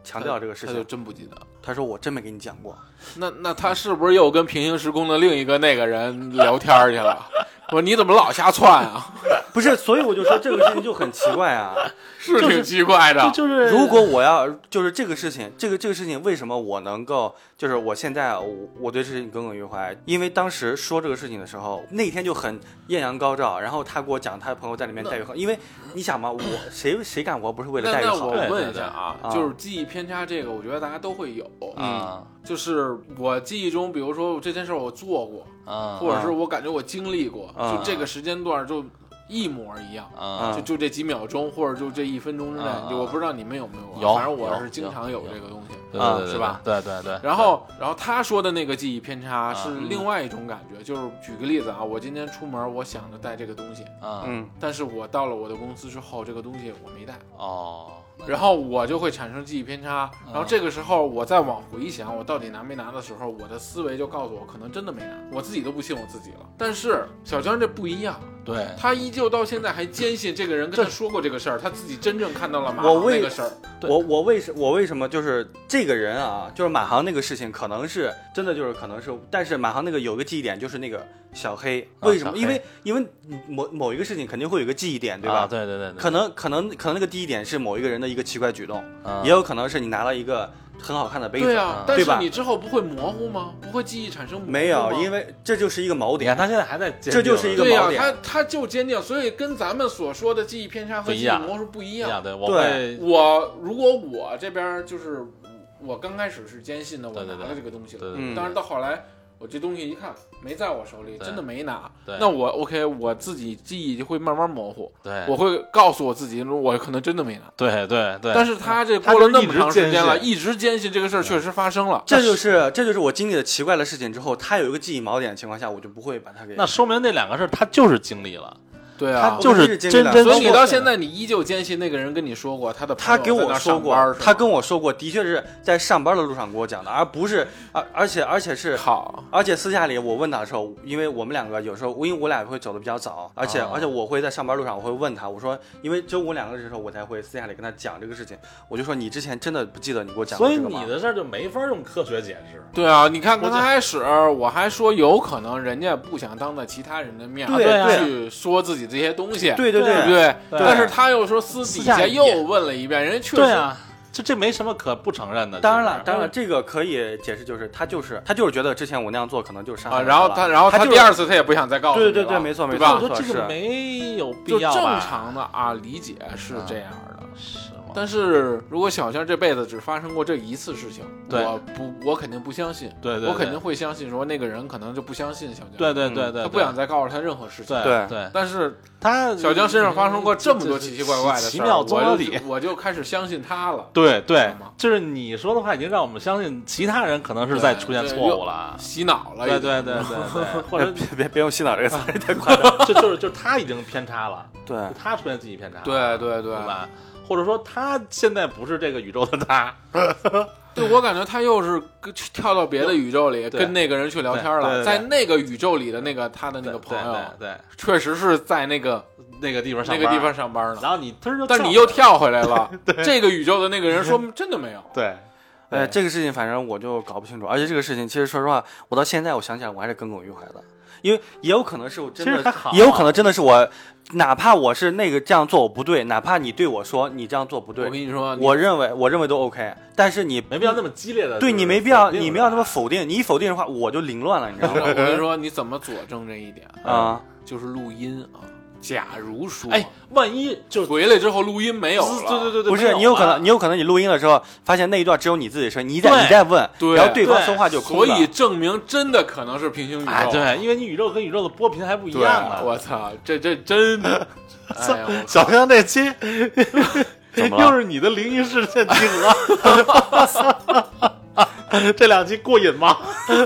强调这个事情， 他就真不记得。 他说我真没给你讲过。 那那他是不是又跟平行时空的另一个那个人聊天去了？我说你怎么老瞎窜啊？ 不是，所以我就说这个事情就很奇怪啊， 是挺奇怪的。 就就是如果我要就是这个事情，这个这个事情为什么我能够就是我现在我我对这事情耿耿于怀？因为当时说这个事情的时候，那天就很艳阳高照，然后他给我讲他朋友在里面待遇好，因为你想嘛，我谁谁干活不是为了待遇好？ 那那我问一下啊， 对对对就是记忆偏差这个，我觉得大家都会有啊。 就是我记忆中，比如说这件事我做过， 啊， 或者是我感觉我经历过， 啊、 就这个时间段就一模一样， 啊， 就就这几秒钟，或者就这一分钟之内， 啊、 就我不知道你们有没有， 有， 反正我是经常有这个东西， 啊， 是吧？ 对对对。 然后，然后他说的那个记忆偏差是另外一种感觉，就是举个例子啊，我今天出门，我想着带这个东西， 啊， 嗯， 但是我到了我的公司之后，这个东西我没带， 哦。 然后我就会产生记忆偏差，然后这个时候我再往回想我到底拿没拿的时候，我的思维就告诉我可能真的没拿，我自己都不信我自己了。但是小江这不一样， 对， 他依旧到现在还坚信这个人跟他说过这个事儿，他自己真正看到了马航那个事儿。 我我为什我为什么就是这个人啊，就是马航那个事情可能是真的，就是可能是，但是马航那个有个记忆点就是那个小黑，为什么？ 啊、 因为因为某某一个事情肯定会有一个记忆点，对吧？ 啊、对, 对, 对对。 可能可能可能那个第一点是某一个人的一个奇怪举动， 啊、 也有可能是你拿了一个很好看的杯子， 对啊， 对吧？ 但是你之后不会模糊吗？不会记忆产生模糊吗？ 没有，因为这就是一个锚点。 你看他现在还在坚定， 这就是一个锚点。 对啊，他他就坚定，所以跟咱们所说的记忆偏差和记忆模糊不一样。 一样对，我对我如果我这边就是我刚开始是坚信的，我拿了这个东西了， 对对对对， 当然到后来。我这东西一看没在我手里，真的没拿。 对， 那我 OK， 我自己记忆就会慢慢模糊。 对， 我会告诉我自己，我可能真的没拿。 对对对。 但是他这过了那么长时间了，一直坚信这个事儿确实发生了。 这就是这就是我经历了奇怪的事情之后，他有一个记忆锚点的情况下，我就不会把它给。 那说明那两个事儿他就是经历了。 对啊， 他就是真真。 所以你到现在你依旧坚信那个人跟你说过他的朋友他给我说过，他跟我说过，的确是在上班的路上跟我讲的，而不是而而且而且是好， 而且私下里我问他的时候，因为我们两个有时候，因为我俩会走的比较早，而且、哦、而且我会在上班路上我会问他，我说因为只有我两个人的时候，我才会私下里跟他讲这个事情，我就说你之前真的不记得你给我讲过这个吗？ 所以你的事儿就没法用科学解释。 对啊，你看刚开始我还说有可能人家不想当着其他人的面去说自己这些东西。 对对对对不对？但是他又说私底下又问了一遍，人家确实对啊，这这没什么可不承认的。 当然了，当然了，这个可以解释，就是他就是他就是觉得之前我那样做可能就是伤害啊，然后他然后他第二次他也不想再告诉你了。 对对对，没错没错， 我说这个没有必要吧？ 就正常的啊，理解是这样的。 是吗？ 但是如果小江这辈子只发生过这一次事情， 对我不，我肯定不相信。 对对， 我肯定会相信说那个人可能就不相信小江。 对对对对， 他不想再告诉他任何事情。 对对， 但是他小江身上发生过这么多奇奇怪怪的事， 奇妙综合体， 我就开始相信他了。 对对，就是你说的话已经让我们相信其他人可能是在出现错误了， 洗脑了。 对对对对对，或者别别别用洗脑这个词，太夸张。 就就是就是他已经偏差了， 对， 他出现记忆偏差， 对对对， 对吧？或者说他现在不是这个宇宙的他， 对，我感觉他又是跳到别的宇宙里跟那个人去聊天了，在那个宇宙里的那个他的那个朋友， 对， 确实是在那个那个地方那个地方上班呢。 然后你， 但你又跳回来了，这个宇宙的那个人说真的没有。 对， 呃，这个事情反正我就搞不清楚，而且这个事情其实说实话，我到现在我想起来我还是耿耿于怀的。因为也有可能是我真的， 啊、 也有可能真的是我，哪怕我是那个这样做我不对，哪怕你对我说你这样做不对， 我跟你说， 我认为我认为都 OK， 但是你没必要那么激烈的， 对你没必要，你没必要那么否定，你一否定的话我就凌乱了，你知道吗？ 我跟你说，你怎么佐证这一点啊？ 就是录音啊。假如说， 哎，万一就回来之后录音没有了， 对对对对， 不是你有可能，你有可能你录音的时候发现那一段只有你自己的声音，你在你在问，然后对方说话就空了，所以证明真的可能是平行宇宙。 哎，对，因为你宇宙跟宇宙的波频还不一样啊！ 我操，这这真的， 哎、小江这期又是你的灵异事件集合，这两期过瘾吗？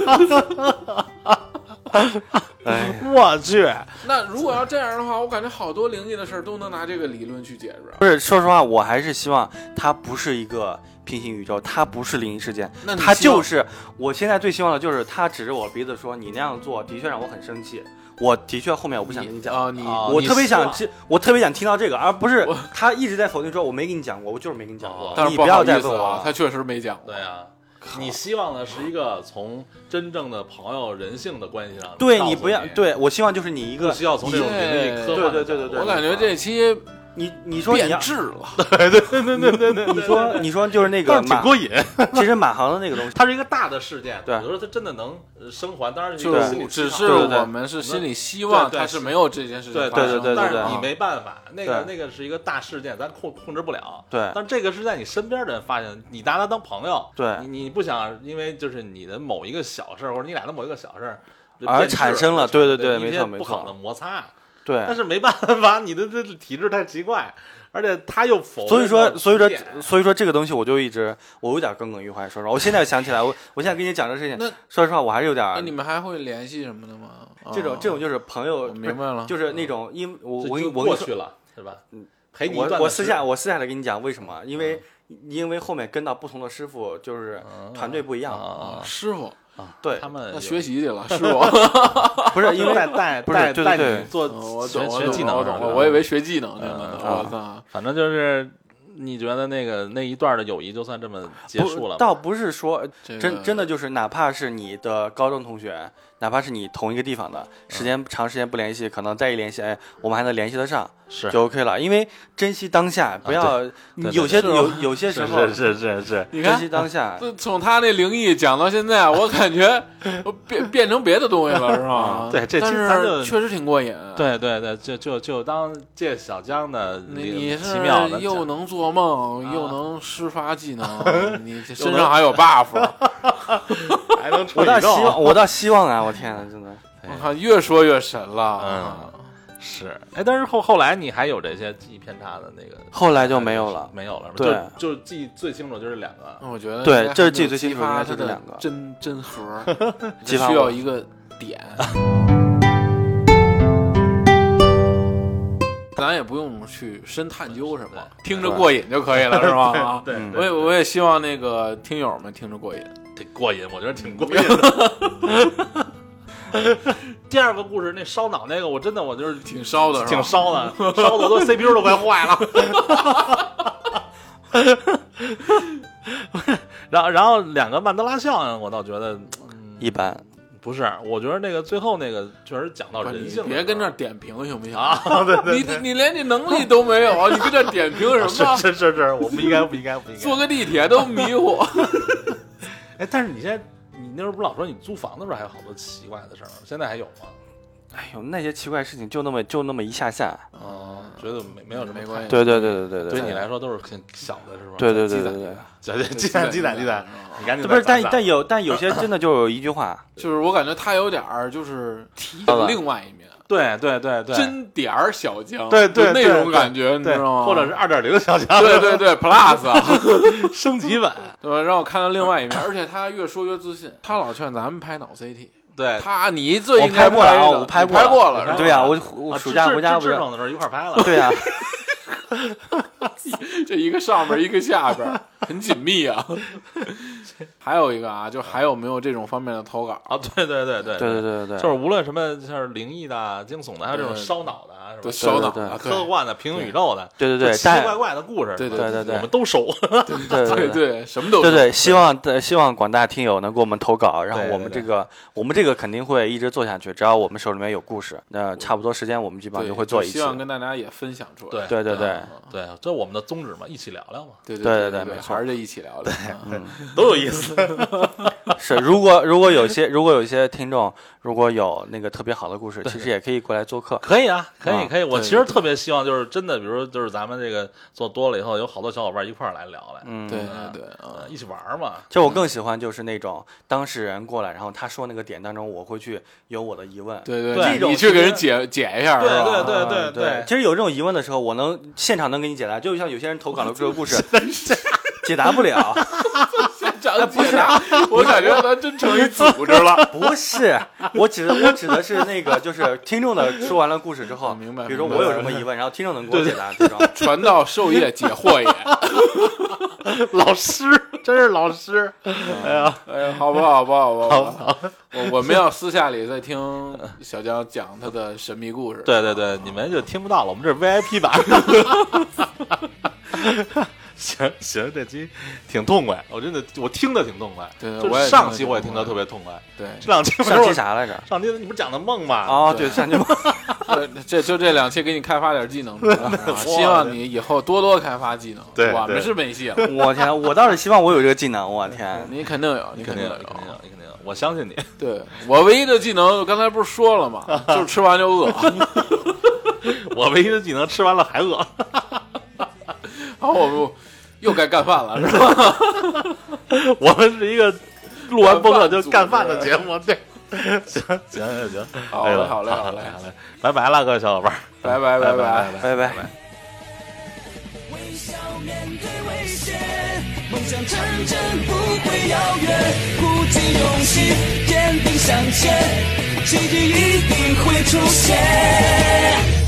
哎， 我去！ 那如果要这样的话，我感觉好多灵异的事儿都能拿这个理论去解释。 不是，说实话，我还是希望它不是一个平行宇宙，它不是灵异事件，它就是我现在最希望的就是他指着我鼻子说你那样做的确让我很生气， 我的确后面我不想跟你讲啊，你我特别想我特别想听到这个，而不是他一直在否定说我没跟你讲过，我就是没跟你讲过。 但是你不要再问我， 他确实没讲过。 对啊。你希望的是一个从真正的朋友人性的关系上， 对你不要，对我希望就是你一个不需要从这种灵异科幻， 对对对对对， 我感觉这期你你说变质了， 对对对对对对， 你说你说就是那个挺过瘾。 其实马航的那个东西， 它是一个大的事件， 对， 有时候它真的能生还，当然就只是我们是心里希望它是没有这件事情发生，对对对对， 但是你没办法，那个那个是一个大事件，咱控控制不了， 对。 但这个是在你身边的人发现，你拿他当朋友， 对， 你你不想因为就是你的某一个小事或者你俩的某一个小事而产生了，对对对， 没错没错， 不好的摩擦， 对。 但是没办法，你的这体质太奇怪。而且他又否， 所以说，所以说，所以说这个东西我就一直我有点耿耿于怀。说实话，我现在想起来，我我现在跟你讲这事情， 那说实话我还是有点。 那你们还会联系什么的吗？ 这种这种就是朋友， 明白了， 就是那种因我我我过去了是吧？嗯，陪你我我私下我私下来跟你讲为什么？因为因为后面跟到不同的师傅，就是团队不一样啊，师傅。 啊， 对他们学习去了，是不？ 不是因为带带带带你做学学技能， 我以为学技能去了。我操， 反正就是你觉得那个那一段的友谊就算这么结束了？ 倒不是说真真的就是哪怕是你的高中同学，哪怕是你同一个地方的，时间长时间不联系，可能再一联系，哎，我们还能联系得上。 是就 OK 了，因为珍惜当下，不要有些有有些时候是是是是， 你看珍惜当下。 从他那灵异讲到现在，我感觉变变成别的东西了，是吧？ 对，这但是确实挺过瘾。 对对对，就就就当借小江的你奇妙的， 又能做梦，又能施法技能，你身上还有 buff， 还能我倒希望，我倒希望啊！我天哪，真的， 我看越说越神了。 嗯。是，哎，但是后后来你还有这些记忆偏差的那个， 后来就没有了， 没有了， 对， 就就记忆最清楚就是两个， 我觉得对，这是记忆最清楚应该就是两个真真核，需要一个点，咱也不用去深探究什么，听着过瘾就可以了，是吧？ 对， 我也我也希望那个听友们听着过瘾， 得过瘾，我觉得挺过瘾的。第二个故事那烧脑那个，我真的我就是挺烧的， 挺烧的，烧的都 C P U 都快坏了。然后然后两个曼德拉效应，我倒觉得、 嗯、一般。 不是，我觉得那个最后那个确实讲到人性， 别跟这点评行不行啊？对对对， 你你连这能力都没有，你跟这点评什么？ 是是是，我不应该不应该不应该。 坐个地铁都迷糊。 哎，但是你现在。你那时候不老说你租房的时候还有好多奇怪的事儿，现在还有吗？ 哎呦，那些奇怪事情就那么就那么一下下， 哦，觉得没没有什么没关系。 对对对对对对， 对你来说都是很小的，是吧？ 对对对对对， 对对，积攒积攒积攒，你赶紧。 不是，但但有但有些真的就有一句话， 就是我感觉他有点儿就是提另外一面。 对对对对， 真点儿小江， 对对那种感觉，你知道吗？ 或者是二点零小江， 对对对 ，Plus 升级版， 对吧？让我看到另外一面，而且他越说越自信，他老劝咱们拍脑 C T， 对他你最应该拍过了，我拍过过了， 对呀，我我暑假回家智能的时候一块拍了， 对呀， 这一个上边一个下边，很紧密啊。还有一个啊，就还有没有这种方面的投稿啊？对对对对对对对对， 就是无论什么像是灵异的、惊悚的，还有这种烧脑的啊， 对烧脑的、 科幻的、平行宇宙的， 对对对， 奇奇怪怪的故事， 对对对对， 我们都收， 对对对，什么都对对，希望希望广大听友能给我们投稿，然后我们这对个我们这个肯定会一直做下去，只要我们手里面有故事，那差不多时间我们基本上就会做一期， 希望跟大家也分享出来， 对对对对对，这我们的宗旨嘛，一起聊聊嘛， 对对对没错， 还是这一起聊聊， 嗯， 都有意思。 是，如果如果有些如果有一些听众如果有那个特别好的故事，其实也可以过来做客。 可以啊，可以可以。 啊、 我其实特别希望就是真的，比如说就是咱们这个做多了以后，有好多小伙伴一块儿来聊来， 嗯， 对对对， 呃，一起玩嘛。 就我更喜欢就是那种当事人过来，然后他说那个点当中，我会去有我的疑问。 对对， 这种你去给人解解一下， 对对对对对对。 其实有这种疑问的时候，我能现场能给你解答。就像有些人投稿的这个故事，解答不了。 不是，我感觉咱真成一组织了。 不是，我指的我指的是那个，就是听众的说完了故事之后， 明白。 比如说我有什么疑问，然后听众能给我解答，这种传道授业解惑也。 老师， 真是老师。哎呀， 哎呀，好吧，好吧，好吧， 好好， 我我们要私下里再听小江讲他的神秘故事。 对对对，你们就听不到了，我们这是 V I P 版。行行，这期挺痛快，我真的我听的挺痛快。 对， 就我也上期我也听得特别痛快。 对， 这两期上期啥来着？ 上期你不是讲的梦吗？ 哦，对，上期梦。 对，这就这两期给你开发点技能，希望你以后多多开发技能。 对， 我们是没戏了。 我天，我倒是希望我有这个技能。我天， 你肯定有，你肯定有， 有， 肯定有，你肯定有，我相信你。 对我唯一的技能，刚才不是说了吗？就是吃完就饿。 我唯一的技能，吃完了还饿。 好，我们又该干饭了，是吧？ 我们是一个录完播客就干饭的节目，对。行行行行， 好嘞好嘞好嘞好嘞，拜拜了，各位小伙伴， 拜拜拜拜拜拜。 微笑面对危险，梦想成真不会遥远，鼓起勇气，坚定向前，奇迹一定会出现。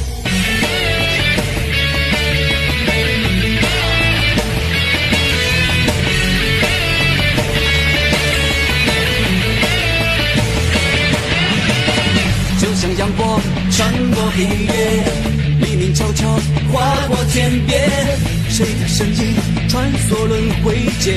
像阳光穿过黑夜，黎明悄悄划过天边，谁的身影穿梭轮回间，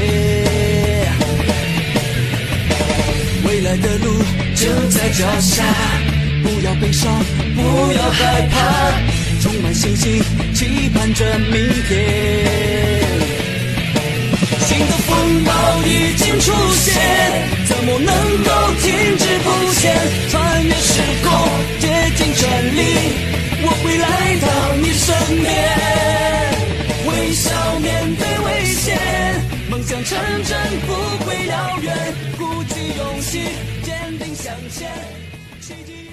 未来的路就在脚下，不要悲伤，不要害怕，充满信心，期盼着明天。新的风暴已经出现，怎么能够停滞不前？穿越时空，竭尽全力，我会来到你身边。微笑面对危险，梦想成真不会遥远，鼓起勇气，坚定向前，奇迹。